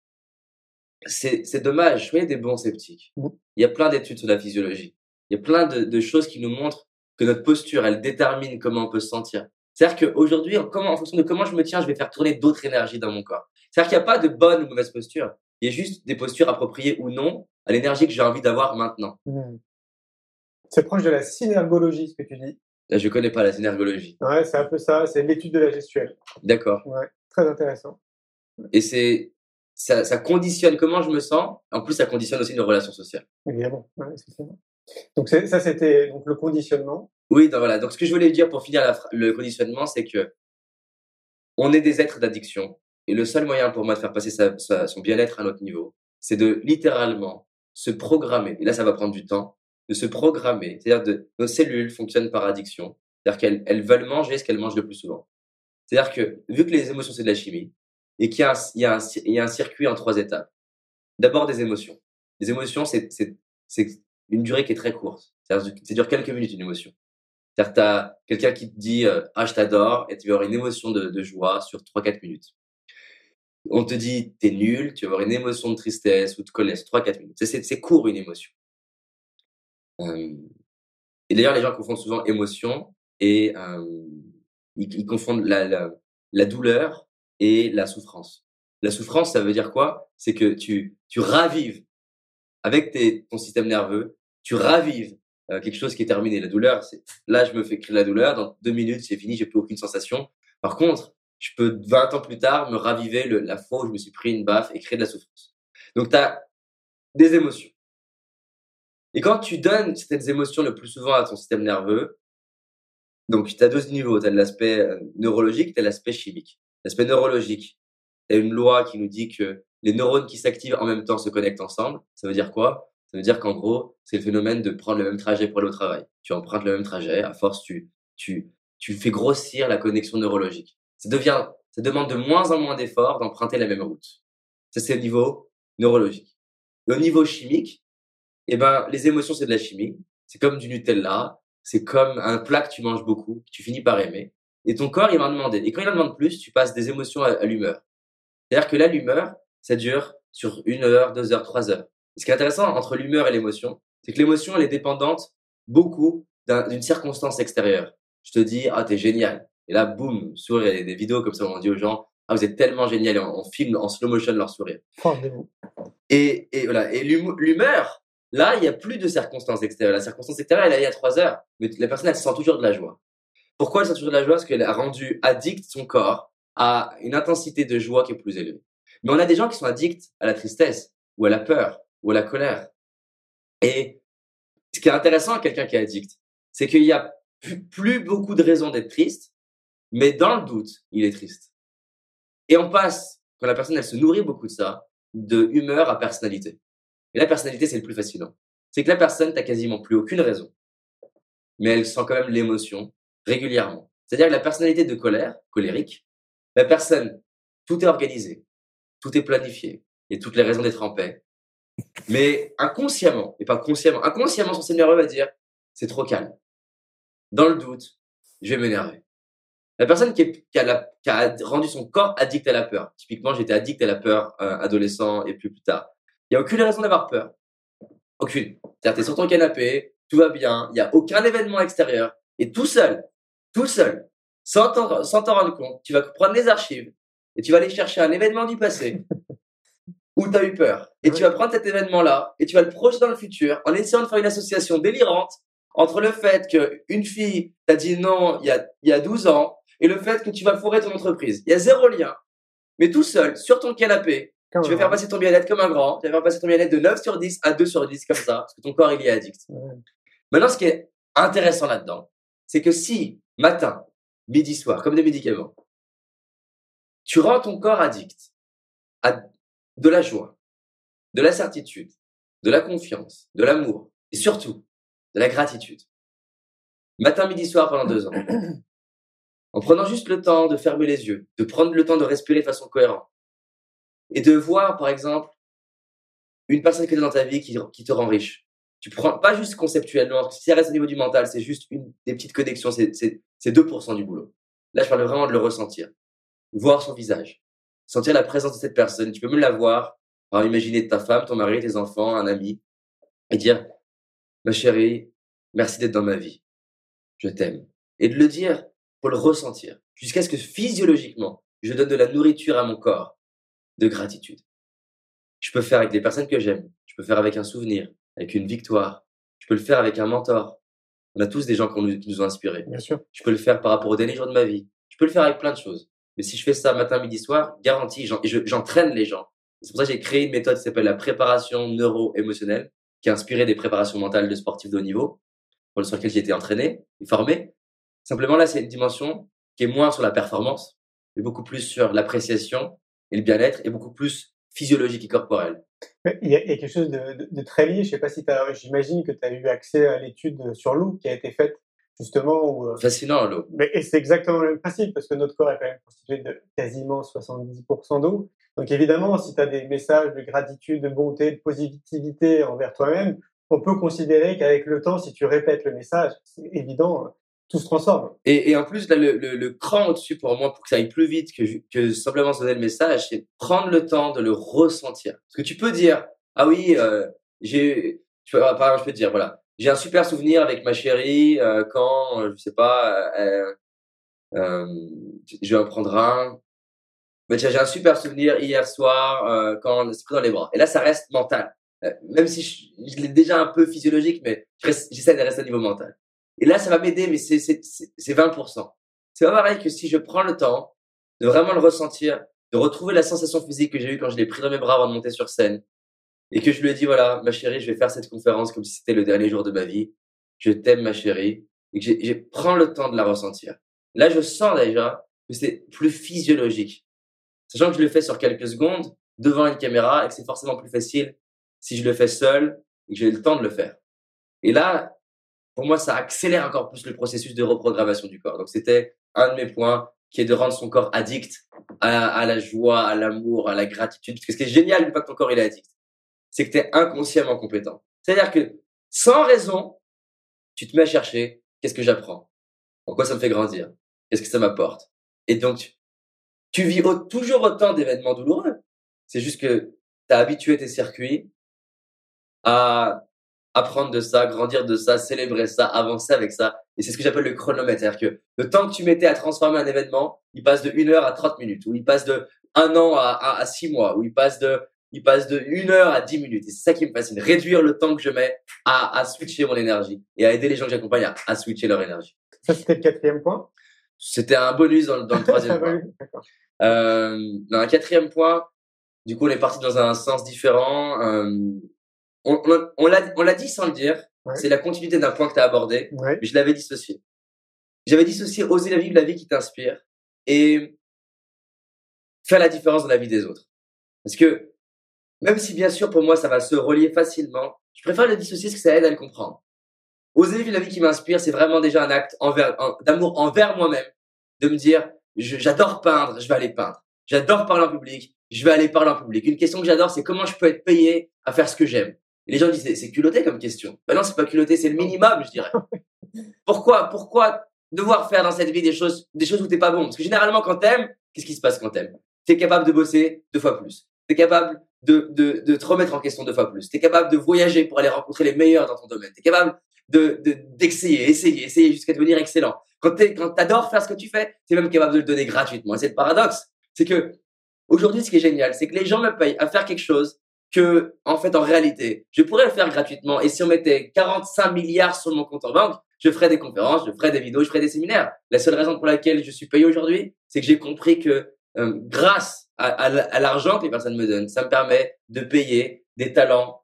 c'est dommage, soyez des bons sceptiques. Il y a plein d'études sur la physiologie. Il y a plein de choses qui nous montrent que notre posture, elle détermine comment on peut se sentir. C'est-à-dire qu'aujourd'hui, en fonction de comment je me tiens, je vais faire tourner d'autres énergies dans mon corps. C'est-à-dire qu'il n'y a pas de bonne ou mauvaise posture. Il y a juste des postures appropriées ou non à l'énergie que j'ai envie d'avoir maintenant. C'est proche de la synergologie, ce que tu dis. Là, je connais pas la synergologie. Ouais, c'est un peu ça. C'est l'étude de la gestuelle. D'accord. Ouais, très intéressant. Et c'est ça conditionne comment je me sens. En plus, ça conditionne aussi nos relations sociales. Évidemment, ouais, effectivement. Donc ça, c'était donc le conditionnement. Oui, donc voilà. Donc ce que je voulais dire pour finir le conditionnement, c'est que on est des êtres d'addiction. Et le seul moyen pour moi de faire passer son bien-être à un autre niveau, c'est de littéralement se programmer. Et là, ça va prendre du temps, de se programmer. C'est-à-dire nos cellules fonctionnent par addiction. C'est-à-dire qu'elles veulent manger ce qu'elles mangent le plus souvent. C'est-à-dire que, vu que les émotions, c'est de la chimie, et qu'il y a un circuit en 3 étapes. D'abord, des émotions. Les émotions, c'est une durée qui est très courte. C'est-à-dire, ça dure quelques minutes, une émotion. C'est-à-dire que t'as quelqu'un qui te dit, je t'adore, et tu vas avoir une émotion de joie sur 3-4 minutes. On te dit, t'es nul, tu vas avoir une émotion de tristesse ou de colère sur 3-4 minutes. C'est court, une émotion. Et d'ailleurs, les gens confondent souvent émotion et ils confondent la douleur et la souffrance. La souffrance, ça veut dire quoi? C'est que tu ravives avec ton système nerveux, tu ravives quelque chose qui est terminé. La douleur, là, je me fais créer la douleur, dans 2 minutes, c'est fini, j'ai plus aucune sensation. Par contre, je peux 20 ans plus tard me raviver la fois où je me suis pris une baffe et créer de la souffrance. Donc, tu as des émotions. Et quand tu donnes ces émotions le plus souvent à ton système nerveux, donc tu as 2 niveaux. Tu as l'aspect neurologique, tu as l'aspect chimique. L'aspect neurologique, tu as une loi qui nous dit que les neurones qui s'activent en même temps se connectent ensemble. Ça veut dire quoi? Ça veut dire qu'en gros, c'est le phénomène de prendre le même trajet pour aller au travail. Tu empruntes le même trajet, à force, tu fais grossir la connexion neurologique. Ça demande de moins en moins d'efforts d'emprunter la même route. Ça, c'est au niveau neurologique. Et au niveau chimique, les émotions, c'est de la chimie. C'est comme du Nutella. C'est comme un plat que tu manges beaucoup, que tu finis par aimer. Et ton corps, il va en demander. Et quand il en demande plus, tu passes des émotions à l'humeur. C'est-à-dire que là, l'humeur, ça dure sur 1 heure, 2 heures, 3 heures. Et ce qui est intéressant entre l'humeur et l'émotion, c'est que l'émotion, elle est dépendante beaucoup d'une circonstance extérieure. Je te dis, t'es génial. Et là, boum, sourire. Il y a des vidéos comme ça où on dit aux gens, vous êtes tellement génial. Et on filme en slow motion leur sourire. Et voilà. Et l'humeur, là, il n'y a plus de circonstances extérieures. La circonstance extérieure, elle est il y a 3 heures. Mais la personne, elle sent toujours de la joie. Pourquoi elle sent toujours de la joie? Parce qu'elle a rendu addict son corps à une intensité de joie qui est plus élevée. Mais on a des gens qui sont addicts à la tristesse, ou à la peur, ou à la colère. Et ce qui est intéressant à quelqu'un qui est addict, c'est qu'il y a plus beaucoup de raisons d'être triste, mais dans le doute, il est triste. Et on passe, quand la personne, elle se nourrit beaucoup de ça, de humeur à personnalité. Et la personnalité, c'est le plus fascinant. C'est que la personne, t'as quasiment plus aucune raison, mais elle sent quand même l'émotion régulièrement. C'est-à-dire que la personnalité de colérique, la personne, tout est organisé, tout est planifié, il y a toutes les raisons d'être en paix. Mais inconsciemment, et pas consciemment, inconsciemment, son système nerveux va dire, c'est trop calme. Dans le doute, je vais m'énerver. La personne qui a rendu son corps addict à la peur. Typiquement, j'étais addict à la peur adolescent et plus tard. Il n'y a aucune raison d'avoir peur. Aucune. C'est-à-dire, t'es sur ton canapé, tout va bien, il n'y a aucun événement extérieur. Et tout seul, sans t'en rendre compte, tu vas prendre les archives et tu vas aller chercher un événement du passé où tu as eu peur. Et tu vas prendre cet événement-là et tu vas le projeter dans le futur en essayant de faire une association délirante entre le fait qu'une fille t'a dit non il y a 12 ans et le fait que tu vas fourrer ton entreprise. Il y a 0 lien. Mais tout seul, sur ton canapé, tu vas faire passer ton bien-être comme un grand. Tu vas faire passer ton bien-être de 9 sur 10 à 2 sur 10 comme ça, parce que ton corps, il y est addict. Maintenant, ce qui est intéressant là-dedans, c'est que si, matin, midi, soir, comme des médicaments, tu rends ton corps addict à de la joie, de la certitude, de la confiance, de l'amour, et surtout, de la gratitude. Matin, midi, soir pendant 2 ans. En prenant juste le temps de fermer les yeux, de prendre le temps de respirer de façon cohérente. Et de voir, par exemple, une personne que tu as dans ta vie qui te rend riche. Tu prends pas juste conceptuellement, parce que si ça reste au niveau du mental, c'est juste des petites connexions, c'est 2% du boulot. Là, je parle vraiment de le ressentir. Voir son visage. Sentir la présence de cette personne. Tu peux même la voir. Alors, imaginer ta femme, ton mari, tes enfants, un ami. Et dire, ma chérie, merci d'être dans ma vie. Je t'aime. Et de le dire pour le ressentir. Jusqu'à ce que physiologiquement, je donne de la nourriture à mon corps de gratitude. Je peux faire avec les personnes que j'aime. Je peux faire avec un souvenir, avec une victoire. Je peux le faire avec un mentor. On a tous des gens qui nous ont inspirés. Bien sûr. Je peux le faire par rapport au dernier jour de ma vie. Je peux le faire avec plein de choses. Mais si je fais ça matin, midi, soir, garanti, j'entraîne les gens C'est pour ça que j'ai créé une méthode qui s'appelle la préparation neuro-émotionnelle, qui est inspirée des préparations mentales de sportifs de haut niveau, sur lesquels j'ai été entraîné et formé. Simplement, là, c'est une dimension qui est moins sur la performance, mais beaucoup plus sur l'appréciation et le bien-être, et beaucoup plus physiologique et corporel. Il y a quelque chose de très lié. Je sais pas si j'imagine que tu as eu accès à l'étude sur l'eau qui a été faite justement où, Fascinant, l'eau. et c'est exactement le même principe parce que notre corps est quand même constitué de quasiment 70% d'eau. Donc évidemment, si tu as des messages de gratitude, de bonté, de positivité envers toi-même, on peut considérer qu'avec le temps, si tu répètes le message, c'est évident, tout se transforme. Et en plus, là, le cran au-dessus pour moi, pour que ça aille plus vite que simplement se donner le message, c'est prendre le temps de le ressentir. Parce que tu peux dire, ah oui, par exemple, je peux te dire, voilà, j'ai un super souvenir avec ma chérie quand, je sais pas, je vais en prendre un. Mais tiens, j'ai un super souvenir hier soir quand on s'est pris dans les bras. Et là, ça reste mental. Même si je l'ai déjà un peu physiologique, mais j'essaie de rester au niveau mental. Et là, ça va m'aider, mais c'est 20%. C'est pas pareil que si je prends le temps de vraiment le ressentir, de retrouver la sensation physique que j'ai eue quand je l'ai pris dans mes bras avant de monter sur scène, et que je lui ai dit, voilà, ma chérie, je vais faire cette conférence comme si c'était le dernier jour de ma vie. Je t'aime, ma chérie. Et que je prends le temps de la ressentir. Là, je sens déjà que c'est plus physiologique. Sachant que je le fais sur quelques secondes, devant une caméra, et que c'est forcément plus facile si je le fais seul et que j'ai le temps de le faire. Et là, pour moi, ça accélère encore plus le processus de reprogrammation du corps. Donc, c'était un de mes points qui est de rendre son corps addict à la joie, à l'amour, à la gratitude. Parce que ce qui est génial une fois que ton corps il est addict, c'est que tu es inconsciemment compétent. C'est-à-dire que sans raison, tu te mets à chercher qu'est-ce que j'apprends, en quoi ça me fait grandir, qu'est-ce que ça m'apporte. Et donc, tu vis toujours autant d'événements douloureux. C'est juste que tu as habitué tes circuits à apprendre de ça, grandir de ça, célébrer ça, avancer avec ça. Et c'est ce que j'appelle le chronomètre. C'est-à-dire que le temps que tu mettais à transformer un événement, il passe de 1 heure à 30 minutes, ou il passe de 1 an à 6 mois, ou il passe de 1 heure à 10 minutes. Et c'est ça qui me fascine. Réduire le temps que je mets à switcher mon énergie et à aider les gens que j'accompagne à switcher leur énergie. Ça, c'était le 4e point. C'était un bonus dans le 3e point. D'accord. Dans un 4e point, du coup, on est parti dans un sens différent. On l'a dit sans le dire. Ouais. C'est la continuité d'un point que tu as abordé. Ouais. Mais je l'avais dissocié. J'avais dissocié oser la vie qui t'inspire et faire la différence dans la vie des autres. Parce que même si bien sûr pour moi ça va se relier facilement, je préfère le dissocier parce que ça aide à le comprendre. Oser vivre la vie qui m'inspire, c'est vraiment déjà un acte d'amour envers moi-même, de me dire j'adore peindre, je vais aller peindre. J'adore parler en public, je vais aller parler en public. Une question que j'adore, c'est comment je peux être payé à faire ce que j'aime. Et les gens disent c'est culotté comme question. Ben non, c'est pas culotté, c'est le minimum, je dirais. Pourquoi devoir faire dans cette vie des choses où t'es pas bon? Parce que généralement quand t'aimes, qu'est-ce qui se passe quand t'aimes? T'es capable de bosser 2 fois plus. T'es capable de te remettre en question 2 fois plus. T'es capable de voyager pour aller rencontrer les meilleurs dans ton domaine. T'es capable d'essayer jusqu'à devenir excellent. Quand t'adores faire ce que tu fais, t'es même capable de le donner gratuitement. Et c'est le paradoxe. C'est que, aujourd'hui, ce qui est génial, c'est que les gens me payent à faire quelque chose que, en fait, en réalité, je pourrais le faire gratuitement. Et si on mettait 45 milliards sur mon compte en banque, je ferais des conférences, je ferais des vidéos, je ferais des séminaires. La seule raison pour laquelle je suis payé aujourd'hui, c'est que j'ai compris que, grâce à l'argent que les personnes me donnent, ça me permet de payer des talents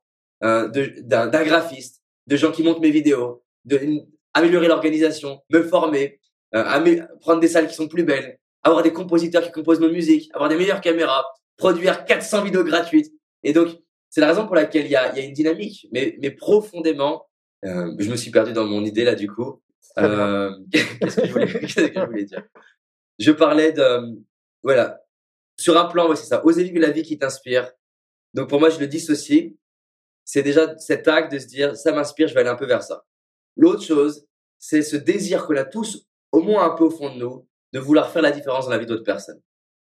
d'un graphiste, de gens qui montent mes vidéos, améliorer l'organisation, me former, prendre des salles qui sont plus belles, avoir des compositeurs qui composent nos musiques, avoir des meilleures caméras, produire 400 vidéos gratuites. Et donc, c'est la raison pour laquelle il y a une dynamique. Mais profondément, je me suis perdu dans mon idée là du coup. Qu'est-ce que je voulais dire? Je parlais voilà. Sur un plan, ouais, c'est ça. Oser vivre la vie qui t'inspire. Donc pour moi, je le dissocie. C'est déjà cet acte de se dire, ça m'inspire, je vais aller un peu vers ça. L'autre chose, c'est ce désir qu'on a tous, au moins un peu au fond de nous, de vouloir faire la différence dans la vie d'autres personnes.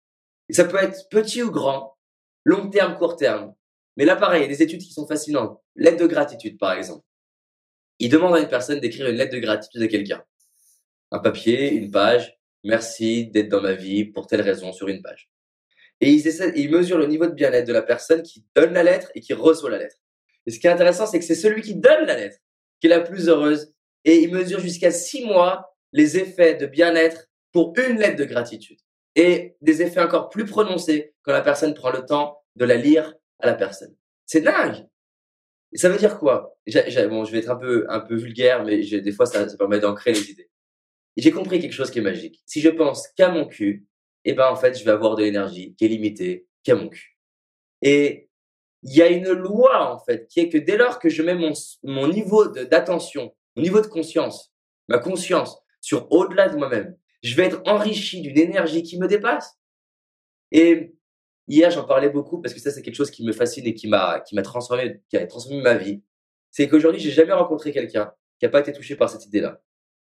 Et ça peut être petit ou grand, long terme, court terme. Mais là, pareil, il y a des études qui sont fascinantes. Lettre de gratitude, par exemple. Ils demandent à une personne d'écrire une lettre de gratitude à quelqu'un. Un papier, une page. Merci d'être dans ma vie pour telle raison sur une page. Et ils mesurent le niveau de bien-être de la personne qui donne la lettre et qui reçoit la lettre. Et ce qui est intéressant, c'est que c'est celui qui donne la lettre qui est la plus heureuse. Et ils mesurent jusqu'à 6 mois les effets de bien-être pour une lettre de gratitude. Et des effets encore plus prononcés quand la personne prend le temps de la lire à la personne. C'est dingue. Et ça veut dire quoi? Bon, je vais être un peu vulgaire, mais des fois, ça permet d'ancrer les idées. Et j'ai compris quelque chose qui est magique. Si je pense qu'à mon cul, eh ben, en fait, je vais avoir de l'énergie qui est limitée qu'à mon cul. Et il y a une loi, en fait, qui est que dès lors que je mets mon niveau d'attention, mon niveau de conscience, ma conscience sur au-delà de moi-même, je vais être enrichi d'une énergie qui me dépasse. Et hier, j'en parlais beaucoup parce que ça, c'est quelque chose qui me fascine et qui a transformé ma vie. C'est qu'aujourd'hui, j'ai jamais rencontré quelqu'un qui n'a pas été touché par cette idée-là.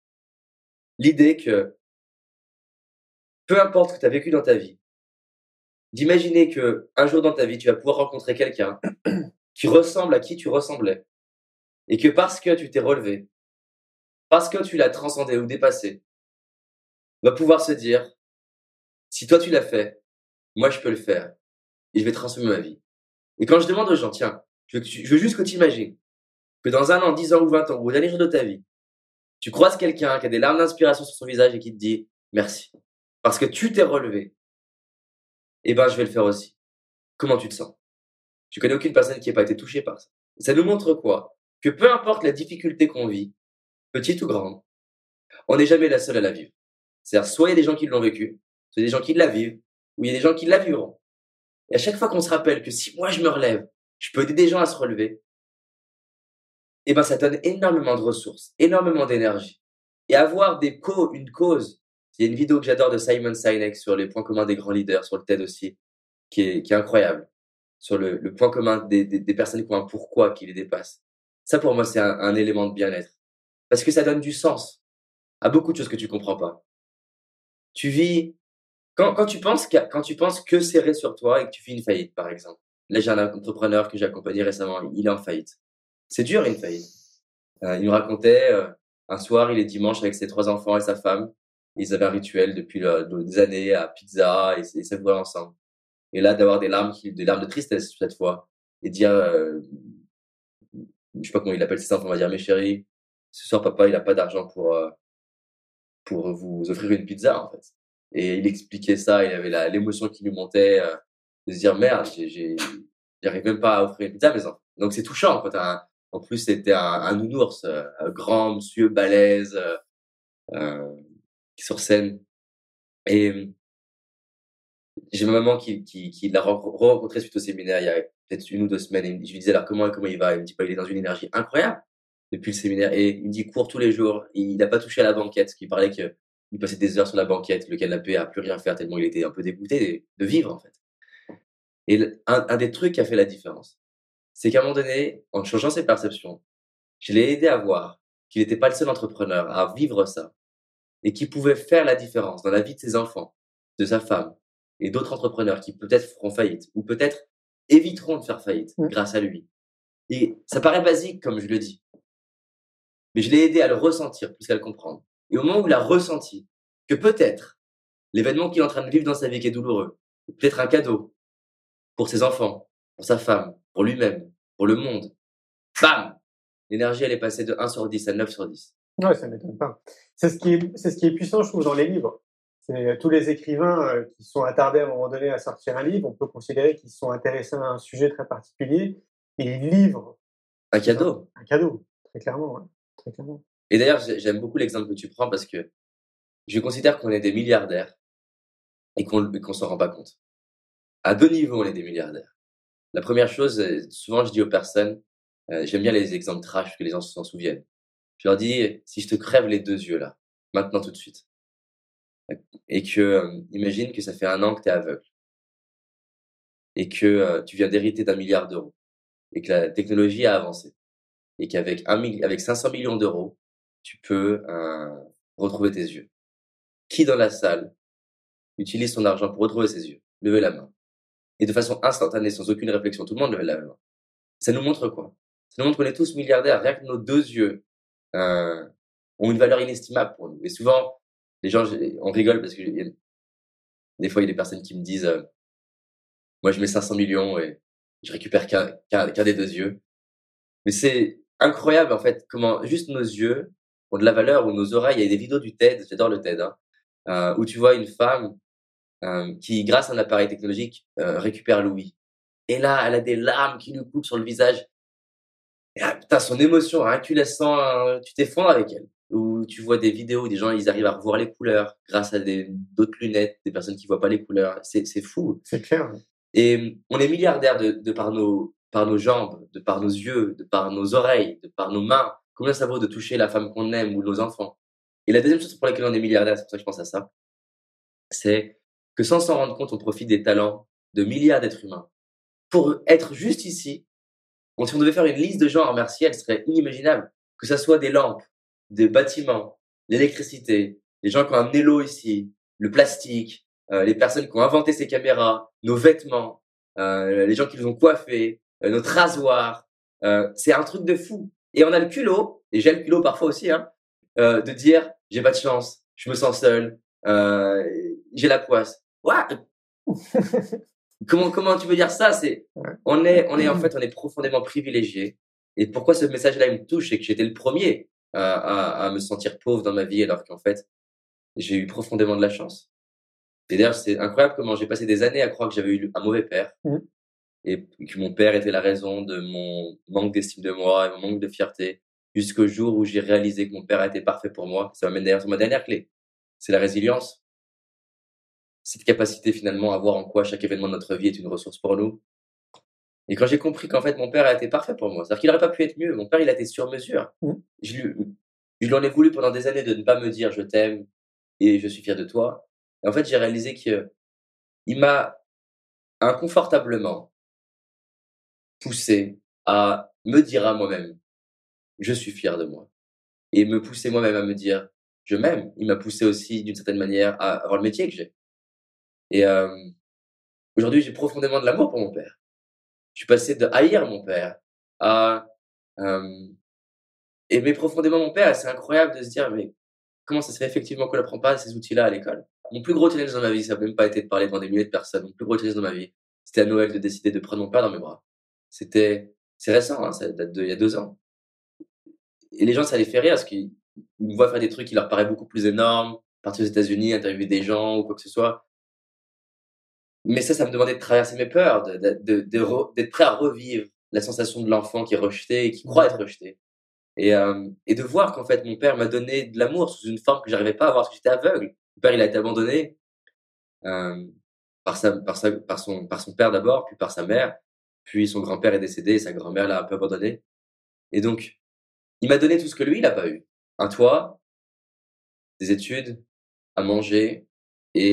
L'idée que peu importe ce que tu as vécu dans ta vie, d'imaginer que un jour dans ta vie, tu vas pouvoir rencontrer quelqu'un qui ressemble à qui tu ressemblais et que parce que tu t'es relevé, parce que tu l'as transcendé ou dépassé, va pouvoir se dire, si toi tu l'as fait, moi je peux le faire et je vais transformer ma vie. Et quand je demande aux gens, tiens, je veux juste que tu imagines que dans 1 an, 10 ans ou 20 ans, ou au dernier jour de ta vie, tu croises quelqu'un qui a des larmes d'inspiration sur son visage et qui te dit merci parce que tu t'es relevé. Eh ben, je vais le faire aussi. Comment tu te sens? Je connais aucune personne qui n'ait pas été touchée par ça. Et ça nous montre quoi? Que peu importe la difficulté qu'on vit, petite ou grande, on n'est jamais la seule à la vivre. C'est-à-dire, soit il y a des gens qui l'ont vécu, soit il y a des gens qui la vivent, ou il y a des gens qui la vivront. Et à chaque fois qu'on se rappelle que si moi je me relève, je peux aider des gens à se relever, eh ben, ça donne énormément de ressources, énormément d'énergie. Et avoir une cause. Il y a une vidéo que j'adore de Simon Sinek sur les points communs des grands leaders, sur le TED aussi, qui est incroyable. Sur le point commun des personnes qui ont un pourquoi qui les dépasse. Ça, pour moi, c'est un élément de bien-être. Parce que ça donne du sens à beaucoup de choses que tu comprends pas. Tu vis, quand tu penses que serrer sur toi et que tu fais une faillite, par exemple. Là, j'ai un entrepreneur que j'ai accompagné récemment, il est en faillite. C'est dur, une faillite. Il nous racontait, un soir, il est dimanche avec ses 3 enfants et sa femme. Ils avaient un rituel depuis des années à pizza et savourer ensemble. Et là, d'avoir des larmes de tristesse cette fois et dire, je sais pas comment il appelle ses enfants, on va dire, mes chéris, ce soir, papa, il a pas d'argent pour vous offrir une pizza, en fait. Et il expliquait ça, il avait l'émotion qui lui montait, de se dire, merde, j'arrive même pas à offrir une pizza à mes enfants. Donc, c'est touchant, quand en plus, c'était un nounours, un grand monsieur balèze, sur scène. Et j'ai ma maman qui l'a rencontré suite au séminaire il y a peut-être 1 ou 2 semaines. Et je lui disais alors comment il va? Il me dit il est dans une énergie incroyable depuis le séminaire. Et il me dit il court tous les jours. Et il n'a pas touché à la banquette, parce qu'il parlait qu'il passait des heures sur la banquette, le canapé, à plus rien faire tellement il était un peu dégoûté de vivre en fait. Et un des trucs qui a fait la différence, c'est qu'à un moment donné, en changeant ses perceptions, je l'ai aidé à voir qu'il n'était pas le seul entrepreneur à vivre ça et qui pouvait faire la différence dans la vie de ses enfants, de sa femme et d'autres entrepreneurs qui peut-être feront faillite ou peut-être éviteront de faire faillite grâce à lui. Et ça paraît basique comme je le dis, mais je l'ai aidé à le ressentir plus qu'à le comprendre. Et au moment où il a ressenti que peut-être l'événement qu'il est en train de vivre dans sa vie qui est douloureux, peut-être un cadeau pour ses enfants, pour sa femme, pour lui-même, pour le monde, bam! L'énergie, elle est passée de 1 sur 10 à 9 sur 10. Ouais, ça m'étonne pas. C'est ce qui est puissant, je trouve, dans les livres. C'est tous les écrivains qui sont attardés à un moment donné à sortir un livre, on peut considérer qu'ils sont intéressés à un sujet très particulier et ils livrent un cadeau. Un cadeau, très clairement. Ouais. Très clairement. Et d'ailleurs, j'aime beaucoup l'exemple que tu prends parce que je considère qu'on est des milliardaires et qu'on s'en rend pas compte. À 2 niveaux, on est des milliardaires. La première chose, souvent je dis aux personnes, j'aime bien les exemples trash que les gens s'en souviennent. Je leur dis, si je te crève les 2 yeux là, maintenant tout de suite, et que, imagine que ça fait 1 an que tu es aveugle, et que tu viens d'hériter d'1 milliard d'euros, et que la technologie a avancé, et qu'avec avec 500 millions d'euros, tu peux retrouver tes yeux. Qui dans la salle utilise son argent pour retrouver ses yeux? Levez la main. Et de façon instantanée, sans aucune réflexion, tout le monde levait la main. Ça nous montre quoi? Ça nous montre qu'on est tous milliardaires, rien que nos 2 yeux ont une valeur inestimable pour nous. Et souvent, les gens, on rigole parce que des fois, il y a des personnes qui me disent moi, je mets 500 millions et je récupère qu'un des 2 yeux. Mais c'est incroyable, en fait, comment juste nos yeux ont de la valeur, ou nos oreilles. Il y a des vidéos du TED, j'adore le TED, où tu vois une femme qui, grâce à un appareil technologique, récupère l'ouïe. Et là, elle a des larmes qui lui coulent sur le visage. Et putain, son émotion, hein, tu la sens, tu t'effondres avec elle. Ou tu vois des vidéos où des gens, ils arrivent à revoir les couleurs grâce à d'autres lunettes, des personnes qui voient pas les couleurs. C'est fou. C'est clair. Et on est milliardaires de par nos jambes, de par nos yeux, de par nos oreilles, de par nos mains. Combien ça vaut de toucher la femme qu'on aime ou nos enfants? Et la deuxième chose pour laquelle on est milliardaire, c'est pour ça que je pense à ça, c'est que sans s'en rendre compte, on profite des talents de milliards d'êtres humains. Pour être juste ici, si on devait faire une liste de gens à remercier, elle serait inimaginable. Que ça soit des lampes, des bâtiments, l'électricité, les gens qui ont amené l'eau ici, le plastique, les personnes qui ont inventé ces caméras, nos vêtements, les gens qui nous ont coiffés, notre rasoir. C'est un truc de fou. Et on a le culot, et j'ai le culot parfois aussi, hein, de dire j'ai pas de chance, je me sens seul, j'ai la poisse. What? Comment tu veux dire ça? On est profondément privilégiés. Et pourquoi ce message-là il me touche, c'est que j'étais le premier à me sentir pauvre dans ma vie, alors qu'en fait j'ai eu profondément de la chance. Et d'ailleurs c'est incroyable comment j'ai passé des années à croire que j'avais eu un mauvais père et que mon père était la raison de mon manque d'estime de moi et mon manque de fierté, jusqu'au jour où j'ai réalisé que mon père a été parfait pour moi. Ça m'amène d'ailleurs sur ma dernière clé, c'est la résilience. Cette capacité finalement à voir en quoi chaque événement de notre vie est une ressource pour nous. Et quand j'ai compris qu'en fait mon père a été parfait pour moi, c'est-à-dire qu'il n'aurait pas pu être mieux, mon père il a été sur mesure. Je lui en ai voulu pendant des années de ne pas me dire je t'aime et je suis fier de toi. Et en fait j'ai réalisé que il m'a inconfortablement poussé à me dire à moi-même je suis fier de moi et me pousser moi-même à me dire je m'aime. Il m'a poussé aussi d'une certaine manière à avoir le métier que j'ai. Et aujourd'hui, j'ai profondément de l'amour pour mon père. Je suis passé de haïr mon père à aimer profondément mon père. Et c'est incroyable de se dire, mais comment ça se fait effectivement qu'on n'apprend pas ces outils-là à l'école? Mon plus gros challenge dans ma vie, ça n'a même pas été de parler devant des milliers de personnes. Mon plus gros challenge dans ma vie, c'était à Noël de décider de prendre mon père dans mes bras. C'est récent, hein, ça date il y a 2 ans. Et les gens, ça les fait rire parce qu'ils me voient faire des trucs qui leur paraissent beaucoup plus énormes, partir aux États-Unis, interviewer des gens ou quoi que ce soit. Mais ça me demandait de traverser mes peurs, d'être prêt à revivre la sensation de l'enfant qui est rejeté et qui croit être rejeté. Et de voir qu'en fait, mon père m'a donné de l'amour sous une forme que j'arrivais pas à voir parce que j'étais aveugle. Mon père, il a été abandonné par son père d'abord, puis par sa mère, puis son grand-père est décédé et sa grand-mère l'a un peu abandonné. Et donc, il m'a donné tout ce que lui, il n'a pas eu. Un toit, des études, à manger et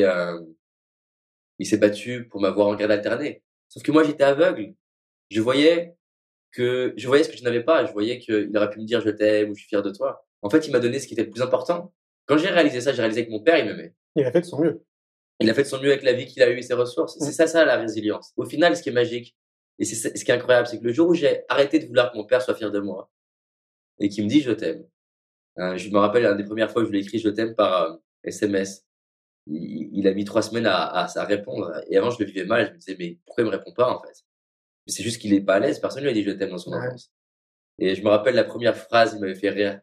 il s'est battu pour m'avoir en garde alternée. Sauf que moi, j'étais aveugle. Je voyais ce que je n'avais pas. Je voyais qu'il aurait pu me dire je t'aime ou je suis fier de toi. En fait, il m'a donné ce qui était le plus important. Quand j'ai réalisé ça, j'ai réalisé que mon père, il m'aimait. Il a fait de son mieux. Il a fait de son mieux avec la vie qu'il a eue et ses ressources. C'est ça, la résilience. Au final, ce qui est magique, et c'est ce qui est incroyable, c'est que le jour où j'ai arrêté de vouloir que mon père soit fier de moi et qu'il me dit je t'aime, je me rappelle, une des premières fois où je lui ai écrit je t'aime par SMS, il a mis 3 semaines à répondre. Et avant, je le vivais mal. Je me disais, mais pourquoi il me répond pas, en fait? Mais c'est juste qu'il est pas à l'aise. Personne lui a dit je t'aime dans son enfance. Et je me rappelle la première phrase, il m'avait fait rire.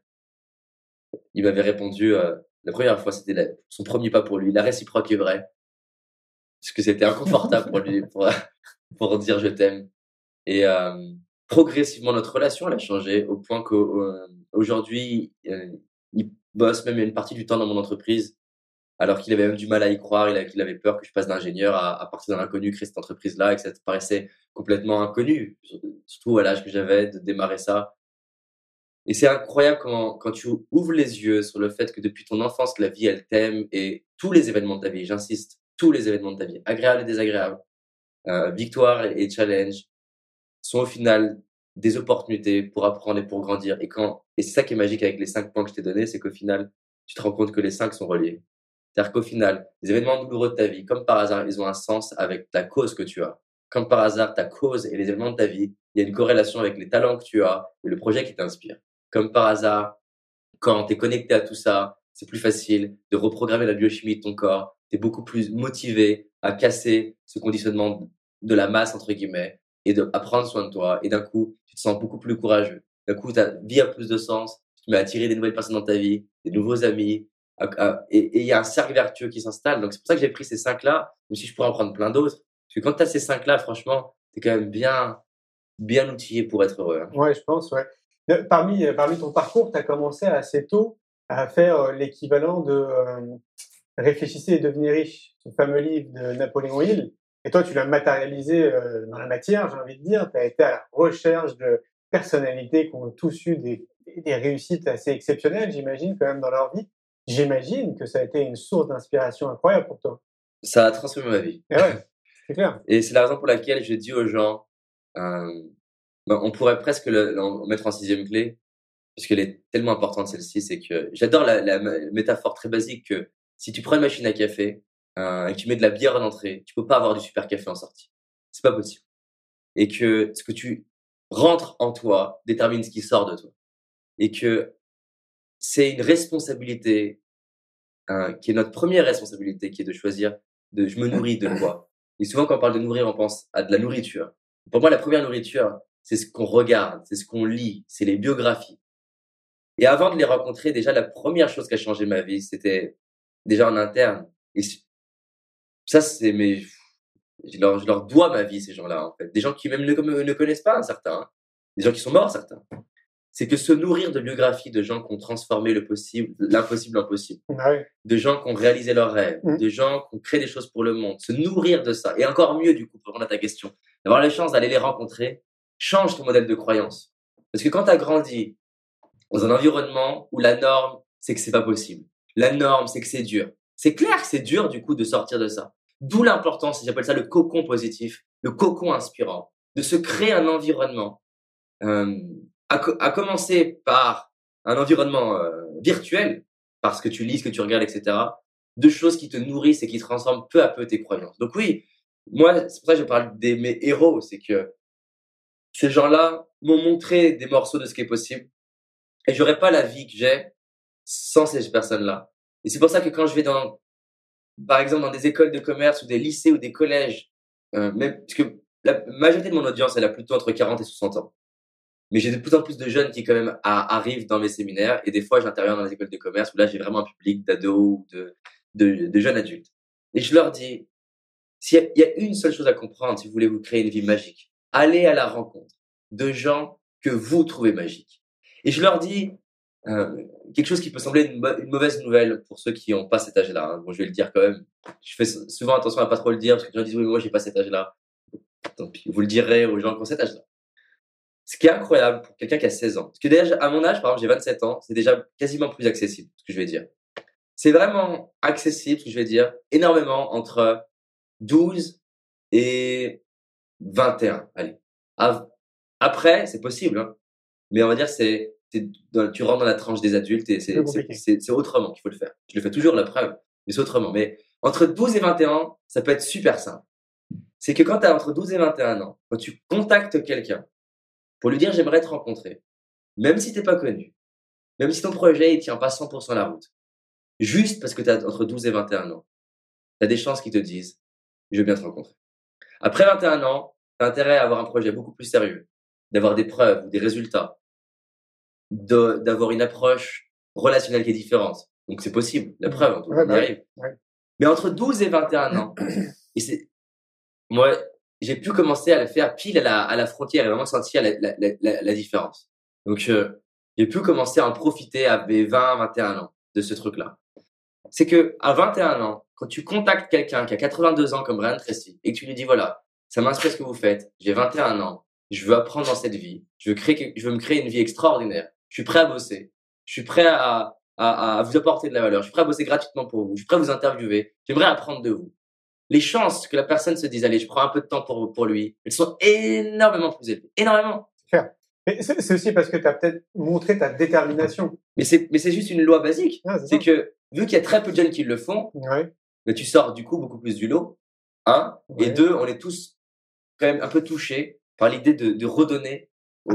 Il m'avait répondu, la première fois, c'était son premier pas pour lui. La réciproque est vraie. Parce que c'était inconfortable pour lui, pour dire je t'aime. Et progressivement, notre relation, elle a changé au point qu'aujourd'hui, il bosse même une partie du temps dans mon entreprise. Alors qu'il avait même du mal à y croire, qu'il avait peur que je passe d'ingénieur à partir dans l'inconnu, créer cette entreprise-là, et que ça paraissait complètement inconnu, surtout à l'âge que j'avais de démarrer ça. Et c'est incroyable quand tu ouvres les yeux sur le fait que depuis ton enfance, la vie, elle t'aime, et tous les événements de ta vie, j'insiste, tous les événements de ta vie, agréables et désagréables, victoires et challenges, sont au final des opportunités pour apprendre et pour grandir. Et c'est ça qui est magique avec les 5 points que je t'ai donnés, c'est qu'au final, tu te rends compte que les 5 sont reliés. C'est-à-dire qu'au final, les événements douloureux de ta vie, comme par hasard, ils ont un sens avec la cause que tu as. Comme par hasard, ta cause et les événements de ta vie, il y a une corrélation avec les talents que tu as et le projet qui t'inspire. Comme par hasard, quand tu es connecté à tout ça, c'est plus facile de reprogrammer la biochimie de ton corps. Tu es beaucoup plus motivé à casser ce conditionnement de la masse, entre guillemets, et à prendre soin de toi. Et d'un coup, tu te sens beaucoup plus courageux. D'un coup, ta vie a plus de sens. Tu te mets à attirer des nouvelles personnes dans ta vie, des nouveaux amis. Et il y a un cercle vertueux qui s'installe. Donc, c'est pour ça que j'ai pris ces 5-là, même si je pourrais en prendre plein d'autres. Parce que quand tu as ces 5-là, franchement, t'es quand même bien outillé pour être heureux. Hein. Ouais, je pense, ouais. Parmi ton parcours, tu as commencé assez tôt à faire l'équivalent de Réfléchissez et devenez riche, ce fameux livre de Napoléon Hill. Et toi, tu l'as matérialisé dans la matière, j'ai envie de dire. Tu as été à la recherche de personnalités qui ont tous eu des réussites assez exceptionnelles, j'imagine, quand même dans leur vie. J'imagine que ça a été une source d'inspiration incroyable pour toi. Ça a transformé ma vie. Et ouais, c'est clair. Et c'est la raison pour laquelle je dis aux gens, on pourrait presque le mettre en 6e clé, parce qu'elle est tellement importante celle-ci, c'est que j'adore la métaphore très basique que si tu prends une machine à café et que tu mets de la bière à l'entrée, tu peux pas avoir du super café en sortie. C'est pas possible. Et que ce que tu rentres en toi détermine ce qui sort de toi. Et que c'est une responsabilité qui est notre première responsabilité, qui est de choisir je me nourris de quoi. Et souvent quand on parle de nourrir, on pense à de la nourriture. Pour moi, la première nourriture, c'est ce qu'on regarde, c'est ce qu'on lit, c'est les biographies. Et avant de les rencontrer, déjà, la première chose qui a changé ma vie, c'était déjà en interne. Et ça, je leur dois ma vie, ces gens-là, en fait. Des gens qui même ne connaissent pas, certains. Hein. Des gens qui sont morts, certains. C'est que se nourrir de biographies de gens qui ont transformé l'impossible en possible. Ah oui. De gens qui ont réalisé leurs rêves. De gens qui ont créé des choses pour le monde. Se nourrir de ça. Et encore mieux, du coup, pour répondre à ta question, d'avoir la chance d'aller les rencontrer, change ton modèle de croyance. Parce que quand tu as grandi dans un environnement où la norme, c'est que c'est pas possible. La norme, c'est que c'est dur. C'est clair que c'est dur, du coup, de sortir de ça. D'où l'importance, j'appelle ça le cocon positif, le cocon inspirant, de se créer un environnement, à commencer par un environnement virtuel, parce que tu lis, ce que tu regardes, etc., de choses qui te nourrissent et qui transforment peu à peu tes croyances. Donc oui, moi, c'est pour ça que je parle de mes héros, c'est que ces gens-là m'ont montré des morceaux de ce qui est possible, et j'aurais pas la vie que j'ai sans ces personnes-là. Et c'est pour ça que quand je vais par exemple, dans des écoles de commerce ou des lycées ou des collèges, parce que la majorité de mon audience, elle a plutôt entre 40 et 60 ans. Mais j'ai de plus en plus de jeunes qui, quand même, arrivent dans mes séminaires. Et des fois, j'interviens dans les écoles de commerce où là, j'ai vraiment un public d'ados ou de jeunes adultes. Et je leur dis, il y a une seule chose à comprendre si vous voulez vous créer une vie magique, allez à la rencontre de gens que vous trouvez magiques. Et je leur dis quelque chose qui peut sembler une mauvaise nouvelle pour ceux qui n'ont pas cet âge-là. Hein. Bon, je vais le dire quand même. Je fais souvent attention à pas trop le dire parce que les gens disent oui, mais moi j'ai pas cet âge-là. Tant pis, vous le direz aux gens qui ont cet âge-là. Ce qui est incroyable pour quelqu'un qui a 16 ans, parce que déjà à mon âge, par exemple, j'ai 27 ans, c'est déjà quasiment plus accessible, ce que je vais dire. C'est vraiment accessible, ce que je vais dire, énormément entre 12 et 21. Allez. Après, c'est possible, hein. Mais on va dire tu rentres dans la tranche des adultes et c'est autrement qu'il faut le faire. Je le fais toujours, la preuve, mais c'est autrement. Mais entre 12 et 21 ans, ça peut être super simple. C'est que quand tu as entre 12 et 21 ans, quand tu contactes quelqu'un pour lui dire j'aimerais te rencontrer, même si tu n'es pas connu, même si ton projet ne tient pas 100% la route, juste parce que tu as entre 12 et 21 ans, tu as des chances qu'ils te disent je veux bien te rencontrer. Après 21 ans, tu as intérêt à avoir un projet beaucoup plus sérieux, d'avoir des preuves ou des résultats, d'avoir une approche relationnelle qui est différente. Donc c'est possible, la preuve, on y arrive. Ouais. Mais entre 12 et 21 ans, moi, j'ai pu commencer à le faire pile à la frontière et vraiment sentir la différence. Donc j'ai pu commencer à en profiter à mes 20, 21 ans de ce truc-là. C'est que à 21 ans, quand tu contactes quelqu'un qui a 82 ans comme Brian Tracy et que tu lui dis voilà, ça m'inspire ce que vous faites, j'ai 21 ans, je veux apprendre dans cette vie, je veux me créer une vie extraordinaire, je suis prêt à bosser, je suis prêt à vous apporter de la valeur, je suis prêt à bosser gratuitement pour vous, je suis prêt à vous interviewer, j'aimerais apprendre de vous. Les chances que la personne se dise allez, je prends un peu de temps pour lui, elles sont énormément plus élevées, énormément. C'est clair. Mais c'est aussi parce que tu as peut-être montré ta détermination. Mais c'est juste une loi basique. Ah, c'est que vu qu'il y a très peu de jeunes qui le font, mais tu sors du coup beaucoup plus du lot. Et deux, on est tous quand même un peu touchés par l'idée de redonner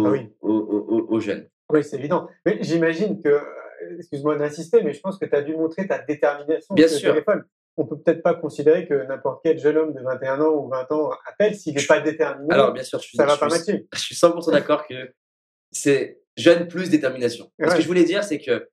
aux jeunes. Oui, c'est évident. Mais j'imagine que, excuse-moi d'insister, mais je pense que tu as dû montrer ta détermination Bien sur sûr. le téléphone. On peut peut-être pas considérer que n'importe quel jeune homme de 21 ans ou 20 ans appelle s'il n'est pas déterminé. Alors, bien sûr, ça va pas matcher. Je suis 100% d'accord que c'est jeune plus détermination. Ce que je voulais dire, c'est que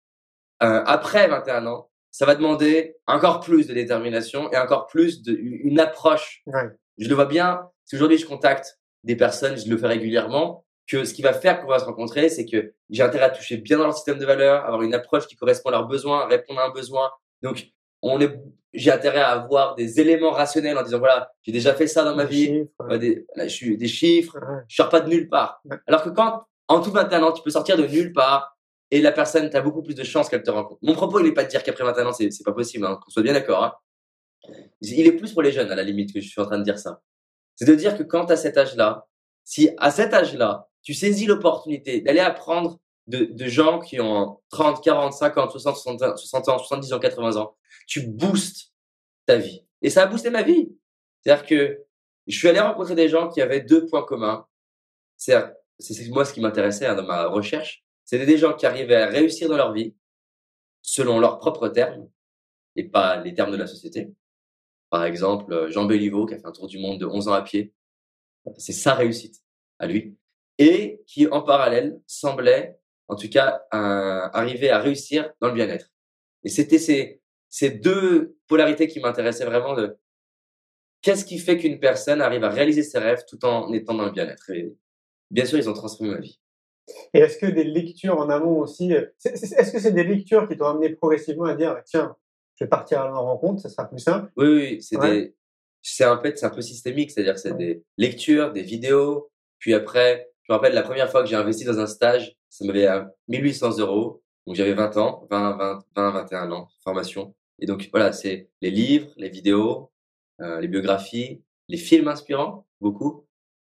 après 21 ans, ça va demander encore plus de détermination et encore plus une approche Je le vois bien. Si aujourd'hui je contacte des personnes, je le fais régulièrement, que ce qui va faire qu'on va se rencontrer, c'est que j'ai intérêt à toucher bien dans leur système de valeurs, avoir une approche qui correspond à leurs besoins, répondre à un besoin. Donc, j'ai intérêt à avoir des éléments rationnels en disant, voilà, j'ai déjà fait ça dans ma vie, Chiffres, des chiffres, ouais. je sors pas de nulle part. Ouais. Alors que quand, en tout 21 ans, tu peux sortir de nulle part et la personne, tu as beaucoup plus de chances qu'elle te rencontre. Mon propos, il n'est pas de dire qu'après 21 ans, c'est pas possible, hein, qu'on soit bien d'accord. Hein. Il est plus pour les jeunes, à la limite, que je suis en train de dire ça. C'est de dire que quand tu as cet âge-là, si à cet âge-là, tu saisis l'opportunité d'aller apprendre de gens qui ont 30, 40, 50, 60, 60 ans, 70 ans, 80 ans, tu boostes ta vie. Et ça a boosté ma vie. C'est-à-dire que je suis allé rencontrer des gens qui avaient 2 points communs. C'est moi ce qui m'intéressait dans ma recherche. C'était des gens qui arrivaient à réussir dans leur vie selon leurs propres termes et pas les termes de la société. Par exemple, Jean Béliveau qui a fait un tour du monde de 11 ans à pied. C'est sa réussite à lui. Et qui, en parallèle, semblait, en tout cas, arriver à réussir dans le bien-être. Et c'était ces 2 polarités qui m'intéressaient vraiment de qu'est-ce qui fait qu'une personne arrive à réaliser ses rêves tout en étant dans le bien-être. Et bien sûr, ils ont transformé ma vie. Et est-ce que des lectures en amont aussi, est-ce que c'est des lectures qui t'ont amené progressivement à dire, tiens, je vais partir à leur rencontre, ça sera plus simple? Oui, Ouais. c'est un peu systémique, c'est-à-dire que c'est des lectures, des vidéos, puis après, je me rappelle la première fois que j'ai investi dans un stage, ça m'avait à 1800 €, donc j'avais 20 ans, 21 ans, formation. Et donc voilà, c'est les livres, les vidéos, les biographies, les films inspirants, beaucoup,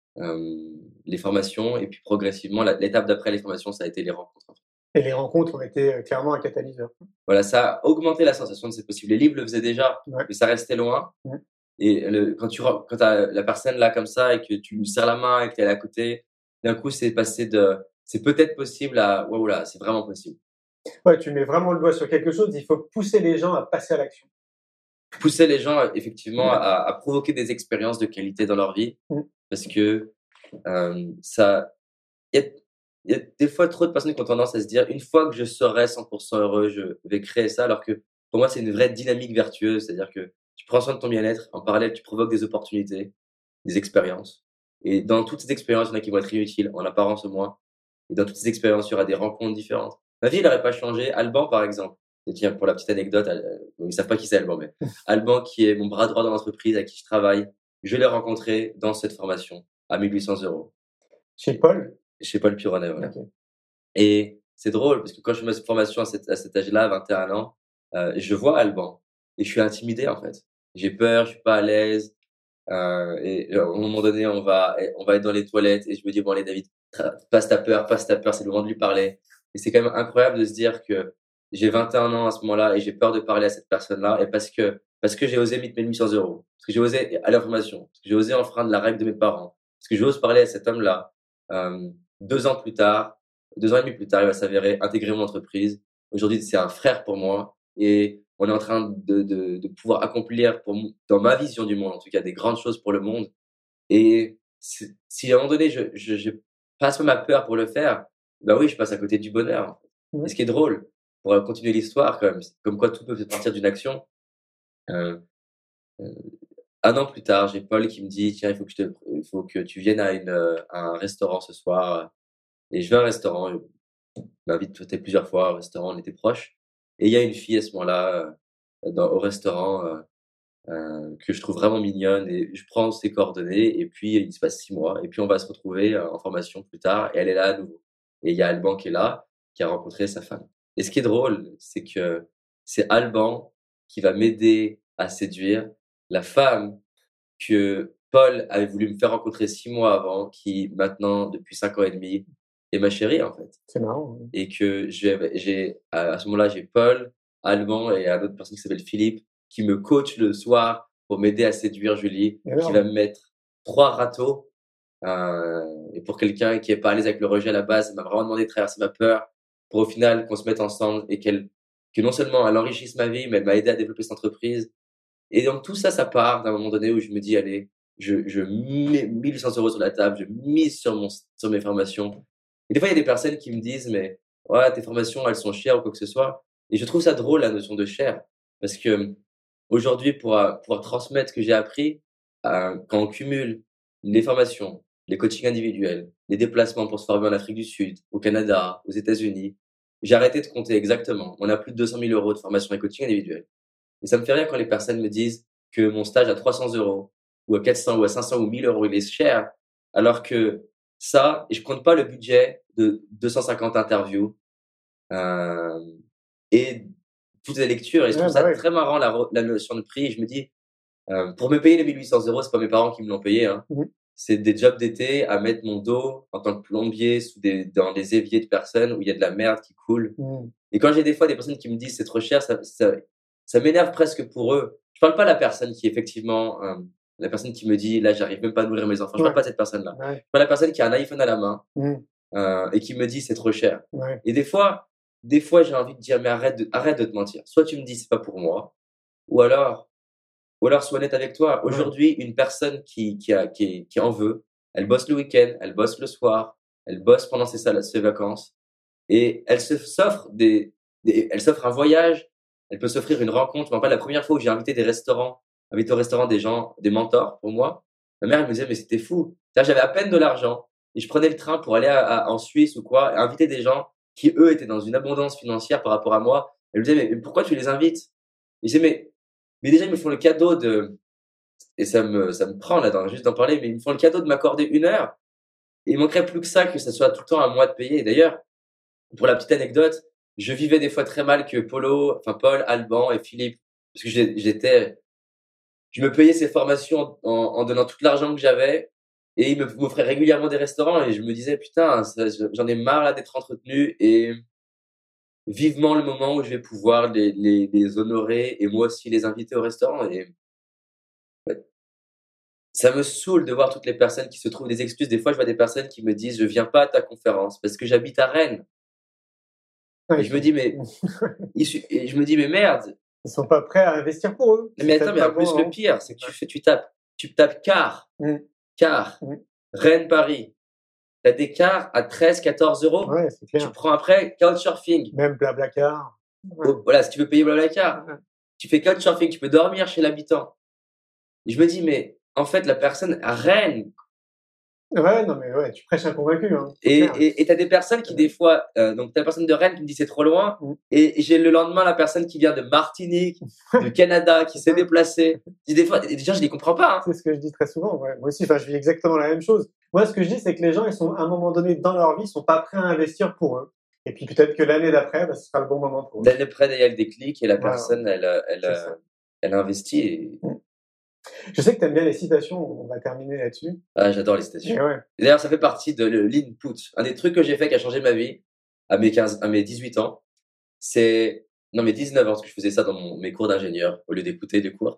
les formations, et puis progressivement, l'étape d'après les formations, ça a été les rencontres. Et les rencontres ont été clairement un catalyseur. Voilà, ça a augmenté la sensation de c'est possible. Les livres le faisaient déjà, Ouais. mais ça restait loin. Ouais. Et quand t'as la personne là comme ça et que tu lui serres la main et que t'es à côté, d'un coup, c'est passé de c'est peut-être possible à waouh là, c'est vraiment possible. Ouais, tu mets vraiment le doigt sur quelque chose, il faut pousser les gens à passer à l'action. Pousser les gens effectivement à provoquer des expériences de qualité dans leur vie, parce que ça, il y a des fois trop de personnes qui ont tendance à se dire une fois que je serai 100% heureux, je vais créer ça, alors que pour moi c'est une vraie dynamique vertueuse, c'est-à-dire que tu prends soin de ton bien-être, en parallèle tu provoques des opportunités, des expériences, et dans toutes ces expériences il y en a qui vont être inutiles, en apparence au moins, et dans toutes ces expériences il y aura des rencontres différentes. Ma vie elle n'aurait pas changé. Alban par exemple, et tiens pour la petite anecdote, ils savent pas qui c'est Alban, mais Alban qui est mon bras droit dans l'entreprise à qui je travaille, je l'ai rencontré dans cette formation à 1800 €. Chez Paul? Chez Paul Pironet, voilà. Ok. Et c'est drôle parce que quand je fais ma formation à cet âge-là, 21 ans, je vois Alban et je suis intimidé en fait. J'ai peur, je suis pas à l'aise. Et à un moment donné, on va être dans les toilettes et je me dis bon allez David, passe ta peur, c'est le moment de lui parler. Et c'est quand même incroyable de se dire que j'ai 21 ans à ce moment-là et j'ai peur de parler à cette personne-là et parce que j'ai osé mettre mes 1800 €, parce que j'ai osé aller en formation, parce que j'ai osé enfreindre la règle de mes parents, parce que j'ose parler à cet homme-là. 2 ans plus tard, 2 ans et demi plus tard, il va s'avérer intégrer mon entreprise. Aujourd'hui, c'est un frère pour moi et on est en train de pouvoir accomplir dans ma vision du monde, en tout cas, des grandes choses pour le monde. Et si à un moment donné, je passe ma peur pour le faire, bah oui, je passe à côté du bonheur. Et ce qui est drôle, pour continuer l'histoire, quand même, comme quoi tout peut partir d'une action. Euh, 1 an plus tard, j'ai Paul qui me dit tiens, il faut que tu viennes à un restaurant ce soir. Et je vais à un restaurant, il m'invite plusieurs fois au restaurant, on était proches. Et il y a une fille à ce moment-là au restaurant que je trouve vraiment mignonne et je prends ses coordonnées et puis il se passe 6 mois et puis on va se retrouver en formation plus tard et elle est là à nouveau. Et il y a Alban qui est là, qui a rencontré sa femme. Et ce qui est drôle, c'est que c'est Alban qui va m'aider à séduire la femme que Paul avait voulu me faire rencontrer 6 mois avant, qui maintenant, depuis 5 ans et demi, est ma chérie en fait. C'est marrant. Ouais. Et que à ce moment-là, j'ai Paul, Alban et une autre personne qui s'appelle Philippe, qui me coach le soir pour m'aider à séduire Julie, qui va me mettre 3 râteaux. Et pour quelqu'un qui est pas à l'aise avec le rejet à la base, elle m'a vraiment demandé de traverser ma peur pour au final qu'on se mette ensemble et que non seulement elle enrichisse ma vie, mais elle m'a aidé à développer cette entreprise. Et donc tout ça, ça part d'un moment donné où je me dis allez, je mets 1800 € sur la table, je mise sur mes formations. Et des fois, il y a des personnes qui me disent mais ouais, tes formations, elles sont chères ou quoi que ce soit. Et je trouve ça drôle la notion de cher, parce que aujourd'hui, pour pouvoir transmettre ce que j'ai appris quand on cumule les formations, les coachings individuels, les déplacements pour se former en Afrique du Sud, au Canada, aux États-Unis, j'ai arrêté de compter exactement. On a plus de 200 000 euros de formation et coaching individuel. Et ça me fait rire quand les personnes me disent que mon stage à 300 euros, ou à 400, ou à 500, ou 1000 euros, il est cher, alors que ça, et je compte pas le budget de 250 interviews, et toutes les lectures, et je trouve ça très marrant, la notion de prix. Je me dis, pour me payer les 1800 euros, c'est pas mes parents qui me l'ont payé, hein. C'est des jobs d'été à mettre mon dos en tant que plombier dans des éviers de personnes où il y a de la merde qui coule. Et quand j'ai des fois des personnes qui me disent c'est trop cher, ça m'énerve presque pour eux. Je parle pas de la personne qui effectivement, la personne qui me dit là j'arrive même pas à nourrir mes enfants. Je parle pas de cette personne-là. Je parle de la personne qui a un iPhone à la main et qui me dit c'est trop cher. Et des fois j'ai envie de dire mais arrête de te mentir. Soit tu me dis c'est pas pour moi, ou alors sois honnête avec toi. Aujourd'hui, une personne qui en veut, elle bosse le week-end, elle bosse le soir, elle bosse pendant ses vacances, et elle s'offre elle s'offre un voyage, elle peut s'offrir une rencontre. Je me rappelle la première fois où j'ai invité au restaurant des gens, des mentors pour moi. Ma mère, elle me disait, mais c'était fou. J'avais à peine de l'argent, et je prenais le train pour aller en Suisse ou quoi, et inviter des gens qui, eux, étaient dans une abondance financière par rapport à moi. Elle me disait, mais pourquoi tu les invites? Et je disais, mais déjà, ils me font le cadeau et ça me prend là, juste d'en parler, mais ils me font le cadeau de m'accorder 1 heure. Et il manquerait plus que ça soit tout le temps à moi de payer. Et d'ailleurs, pour la petite anecdote, je vivais des fois très mal que Paul, Alban et Philippe, parce que je me payais ces formations en donnant tout l'argent que j'avais, et ils m'offraient régulièrement des restaurants, et je me disais, putain, j'en ai marre là d'être entretenu, et vivement le moment où je vais pouvoir les honorer et moi aussi les inviter au restaurant. Et ça me saoule de voir toutes les personnes qui se trouvent des excuses. Des fois, je vois des personnes qui me disent je viens pas à ta conférence parce que j'habite à Rennes. Et je me dis mais merde. Ils sont pas prêts à investir pour eux. Mais attends, mais en plus le pire, c'est que tu tapes car, Rennes, Paris. T'as des cars à 13, 14 euros. Ouais, c'est clair. Tu prends après Couchsurfing. Même Blablacar. Voilà, si tu veux payer Blablacar, tu fais Couchsurfing, tu peux dormir chez l'habitant. Et je me dis, mais en fait, la personne à Rennes. Ouais, non, mais ouais, tu prêches un convaincu. Hein, et t'as des personnes qui, des fois, donc t'as la personne de Rennes qui me dit c'est trop loin. Et j'ai le lendemain la personne qui vient de Martinique, du Canada, qui s'est déplacée. Des fois, déjà, je les comprends pas. Hein. C'est ce que je dis très souvent. Ouais. Moi aussi, je vis exactement la même chose. Moi, ce que je dis, c'est que les gens, ils sont, à un moment donné dans leur vie, ils sont pas prêts à investir pour eux. Et puis peut-être que l'année d'après, ce sera le bon moment pour eux. L'année d'après, il y a le déclic et la personne, elle investit. Et... Je sais que tu aimes bien les citations, on va terminer là-dessus. Ah, j'adore les citations. Ouais. D'ailleurs, ça fait partie de l'input. Un des trucs que j'ai fait qui a changé ma vie à mes 18 ans, mes 19 ans, parce que je faisais ça dans mes cours d'ingénieur au lieu d'écouter les cours.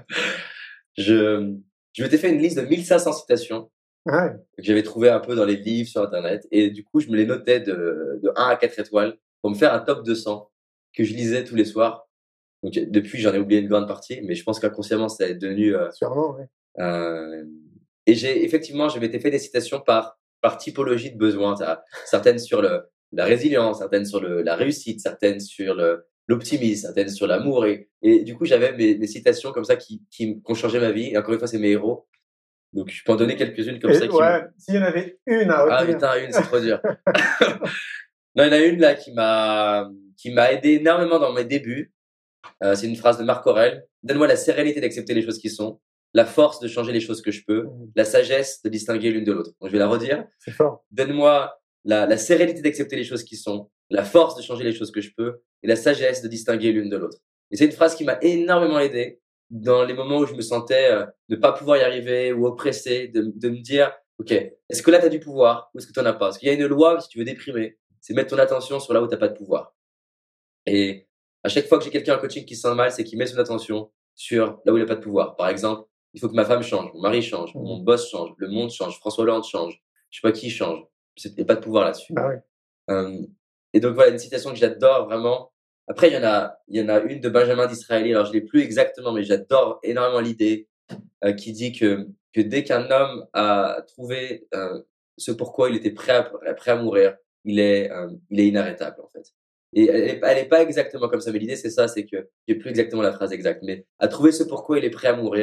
Je m'étais fait une liste de 1500 citations que j'avais trouvé un peu dans les livres sur Internet. Et du coup, je me les notais de 1 à 4 étoiles pour me faire un top 200 que je lisais tous les soirs. Donc, depuis, j'en ai oublié une grande partie, mais je pense qu'inconsciemment, ça est devenu... Sûrement, oui. Et je m'étais fait des citations par typologie de besoin. Certaines sur la résilience, certaines sur la réussite, certaines sur l'optimisme, certaines sur l'amour. Et du coup, j'avais mes citations comme ça qui ont changé ma vie. Et encore une fois, c'est mes héros. Donc, je peux en donner quelques-unes comme ça. S'il y en avait une à retenir. Ah putain, une, c'est trop dur. Non, il y en a une là qui m'a aidé énormément dans mes débuts. C'est une phrase de Marc Aurèle. Donne-moi la sérénité d'accepter les choses qui sont, la force de changer les choses que je peux, la sagesse de distinguer l'une de l'autre. Donc, je vais la redire. C'est fort. Donne-moi la sérénité d'accepter les choses qui sont, la force de changer les choses que je peux, et la sagesse de distinguer l'une de l'autre. Et c'est une phrase qui m'a énormément aidé dans les moments où je me sentais ne pas pouvoir y arriver ou oppressé, de me dire, ok, est-ce que là, tu as du pouvoir ou est-ce que tu n'en as pas? Parce qu'il y a une loi, si tu veux déprimer, c'est mettre ton attention sur là où tu n'as pas de pouvoir. Et à chaque fois que j'ai quelqu'un en coaching qui se sent mal, c'est qu'il met son attention sur là où il n'a pas de pouvoir. Par exemple, il faut que ma femme change, mon mari change, mon boss change, le monde change, François Hollande change, je sais pas qui change. Il n'y a pas de pouvoir là-dessus. Ah oui. Et donc voilà, une citation que j'adore vraiment. Après, il y en a une de Benjamin Disraeli. Alors, je l'ai plus exactement, mais j'adore énormément l'idée qui dit que dès qu'un homme a trouvé ce pourquoi il était prêt à mourir, il est inarrêtable en fait. Et elle est pas exactement comme ça, mais l'idée c'est ça, c'est que j'ai plus exactement la phrase exacte, mais à trouver ce pourquoi il est prêt à mourir,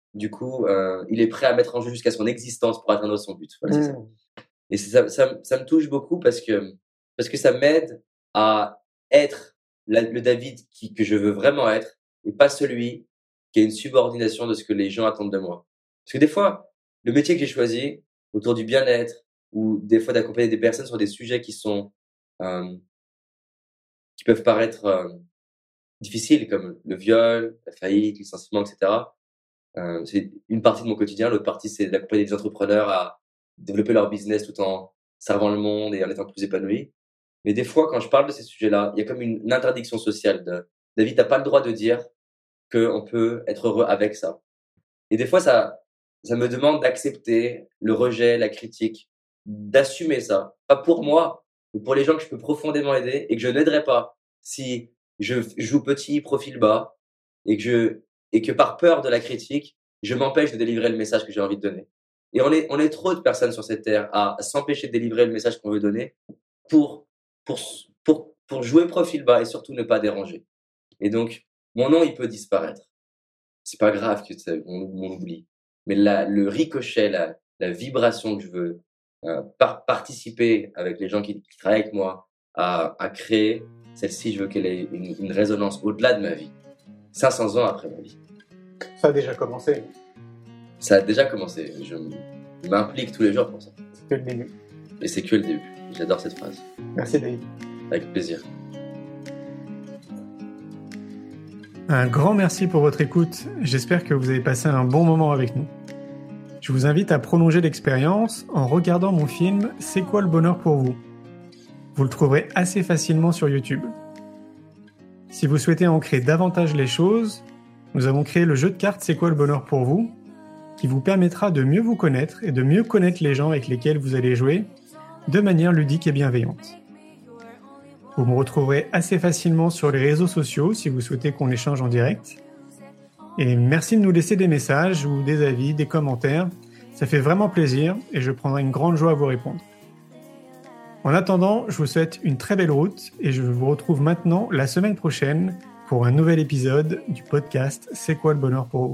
Du coup, il est prêt à mettre en jeu jusqu'à son existence pour atteindre son but. Voilà, c'est ça. Et ça me touche beaucoup parce que ça m'aide à être le David que je veux vraiment être et pas celui qui a une subordination de ce que les gens attendent de moi. Parce que des fois, le métier que j'ai choisi autour du bien-être ou des fois d'accompagner des personnes sur des sujets qui sont qui peuvent paraître difficiles comme le viol, la faillite, le licenciement, etc. C'est une partie de mon quotidien. L'autre partie, c'est d'accompagner des entrepreneurs à développer leur business tout en servant le monde et en étant plus épanouis. Mais des fois, quand je parle de ces sujets-là, il y a comme une interdiction sociale de David, t'as pas le droit de dire qu'on peut être heureux avec ça. Et des fois, ça me demande d'accepter le rejet, la critique, d'assumer ça. Pas pour moi, mais pour les gens que je peux profondément aider et que je n'aiderai pas si je joue petit, profil bas et que par peur de la critique, je m'empêche de délivrer le message que j'ai envie de donner. Et on est trop de personnes sur cette terre à s'empêcher de délivrer le message qu'on veut donner pour jouer profil bas et surtout ne pas déranger. Et donc, mon nom, il peut disparaître. C'est pas grave on oublie. Mais le ricochet, la vibration que je veux participer avec les gens qui travaillent avec moi à créer, celle-ci, je veux qu'elle ait une résonance au-delà de ma vie. 500 ans après ma vie. Ça a déjà commencé. Ça a déjà commencé. Je m'implique tous les jours pour ça. C'est que le début. Et c'est que le début. J'adore cette phrase. Merci David. Avec plaisir. Un grand merci pour votre écoute. J'espère que vous avez passé un bon moment avec nous. Je vous invite à prolonger l'expérience en regardant mon film « C'est quoi le bonheur pour vous ?» Vous le trouverez assez facilement sur YouTube. Si vous souhaitez ancrer davantage les choses, nous avons créé le jeu de cartes « C'est quoi le bonheur pour vous ?» qui vous permettra de mieux vous connaître et de mieux connaître les gens avec lesquels vous allez jouer de manière ludique et bienveillante. Vous me retrouverez assez facilement sur les réseaux sociaux si vous souhaitez qu'on échange en direct. Et merci de nous laisser des messages ou des avis, des commentaires. Ça fait vraiment plaisir et je prendrai une grande joie à vous répondre. En attendant, je vous souhaite une très belle route et je vous retrouve maintenant la semaine prochaine pour un nouvel épisode du podcast « C'est quoi le bonheur pour vous ?»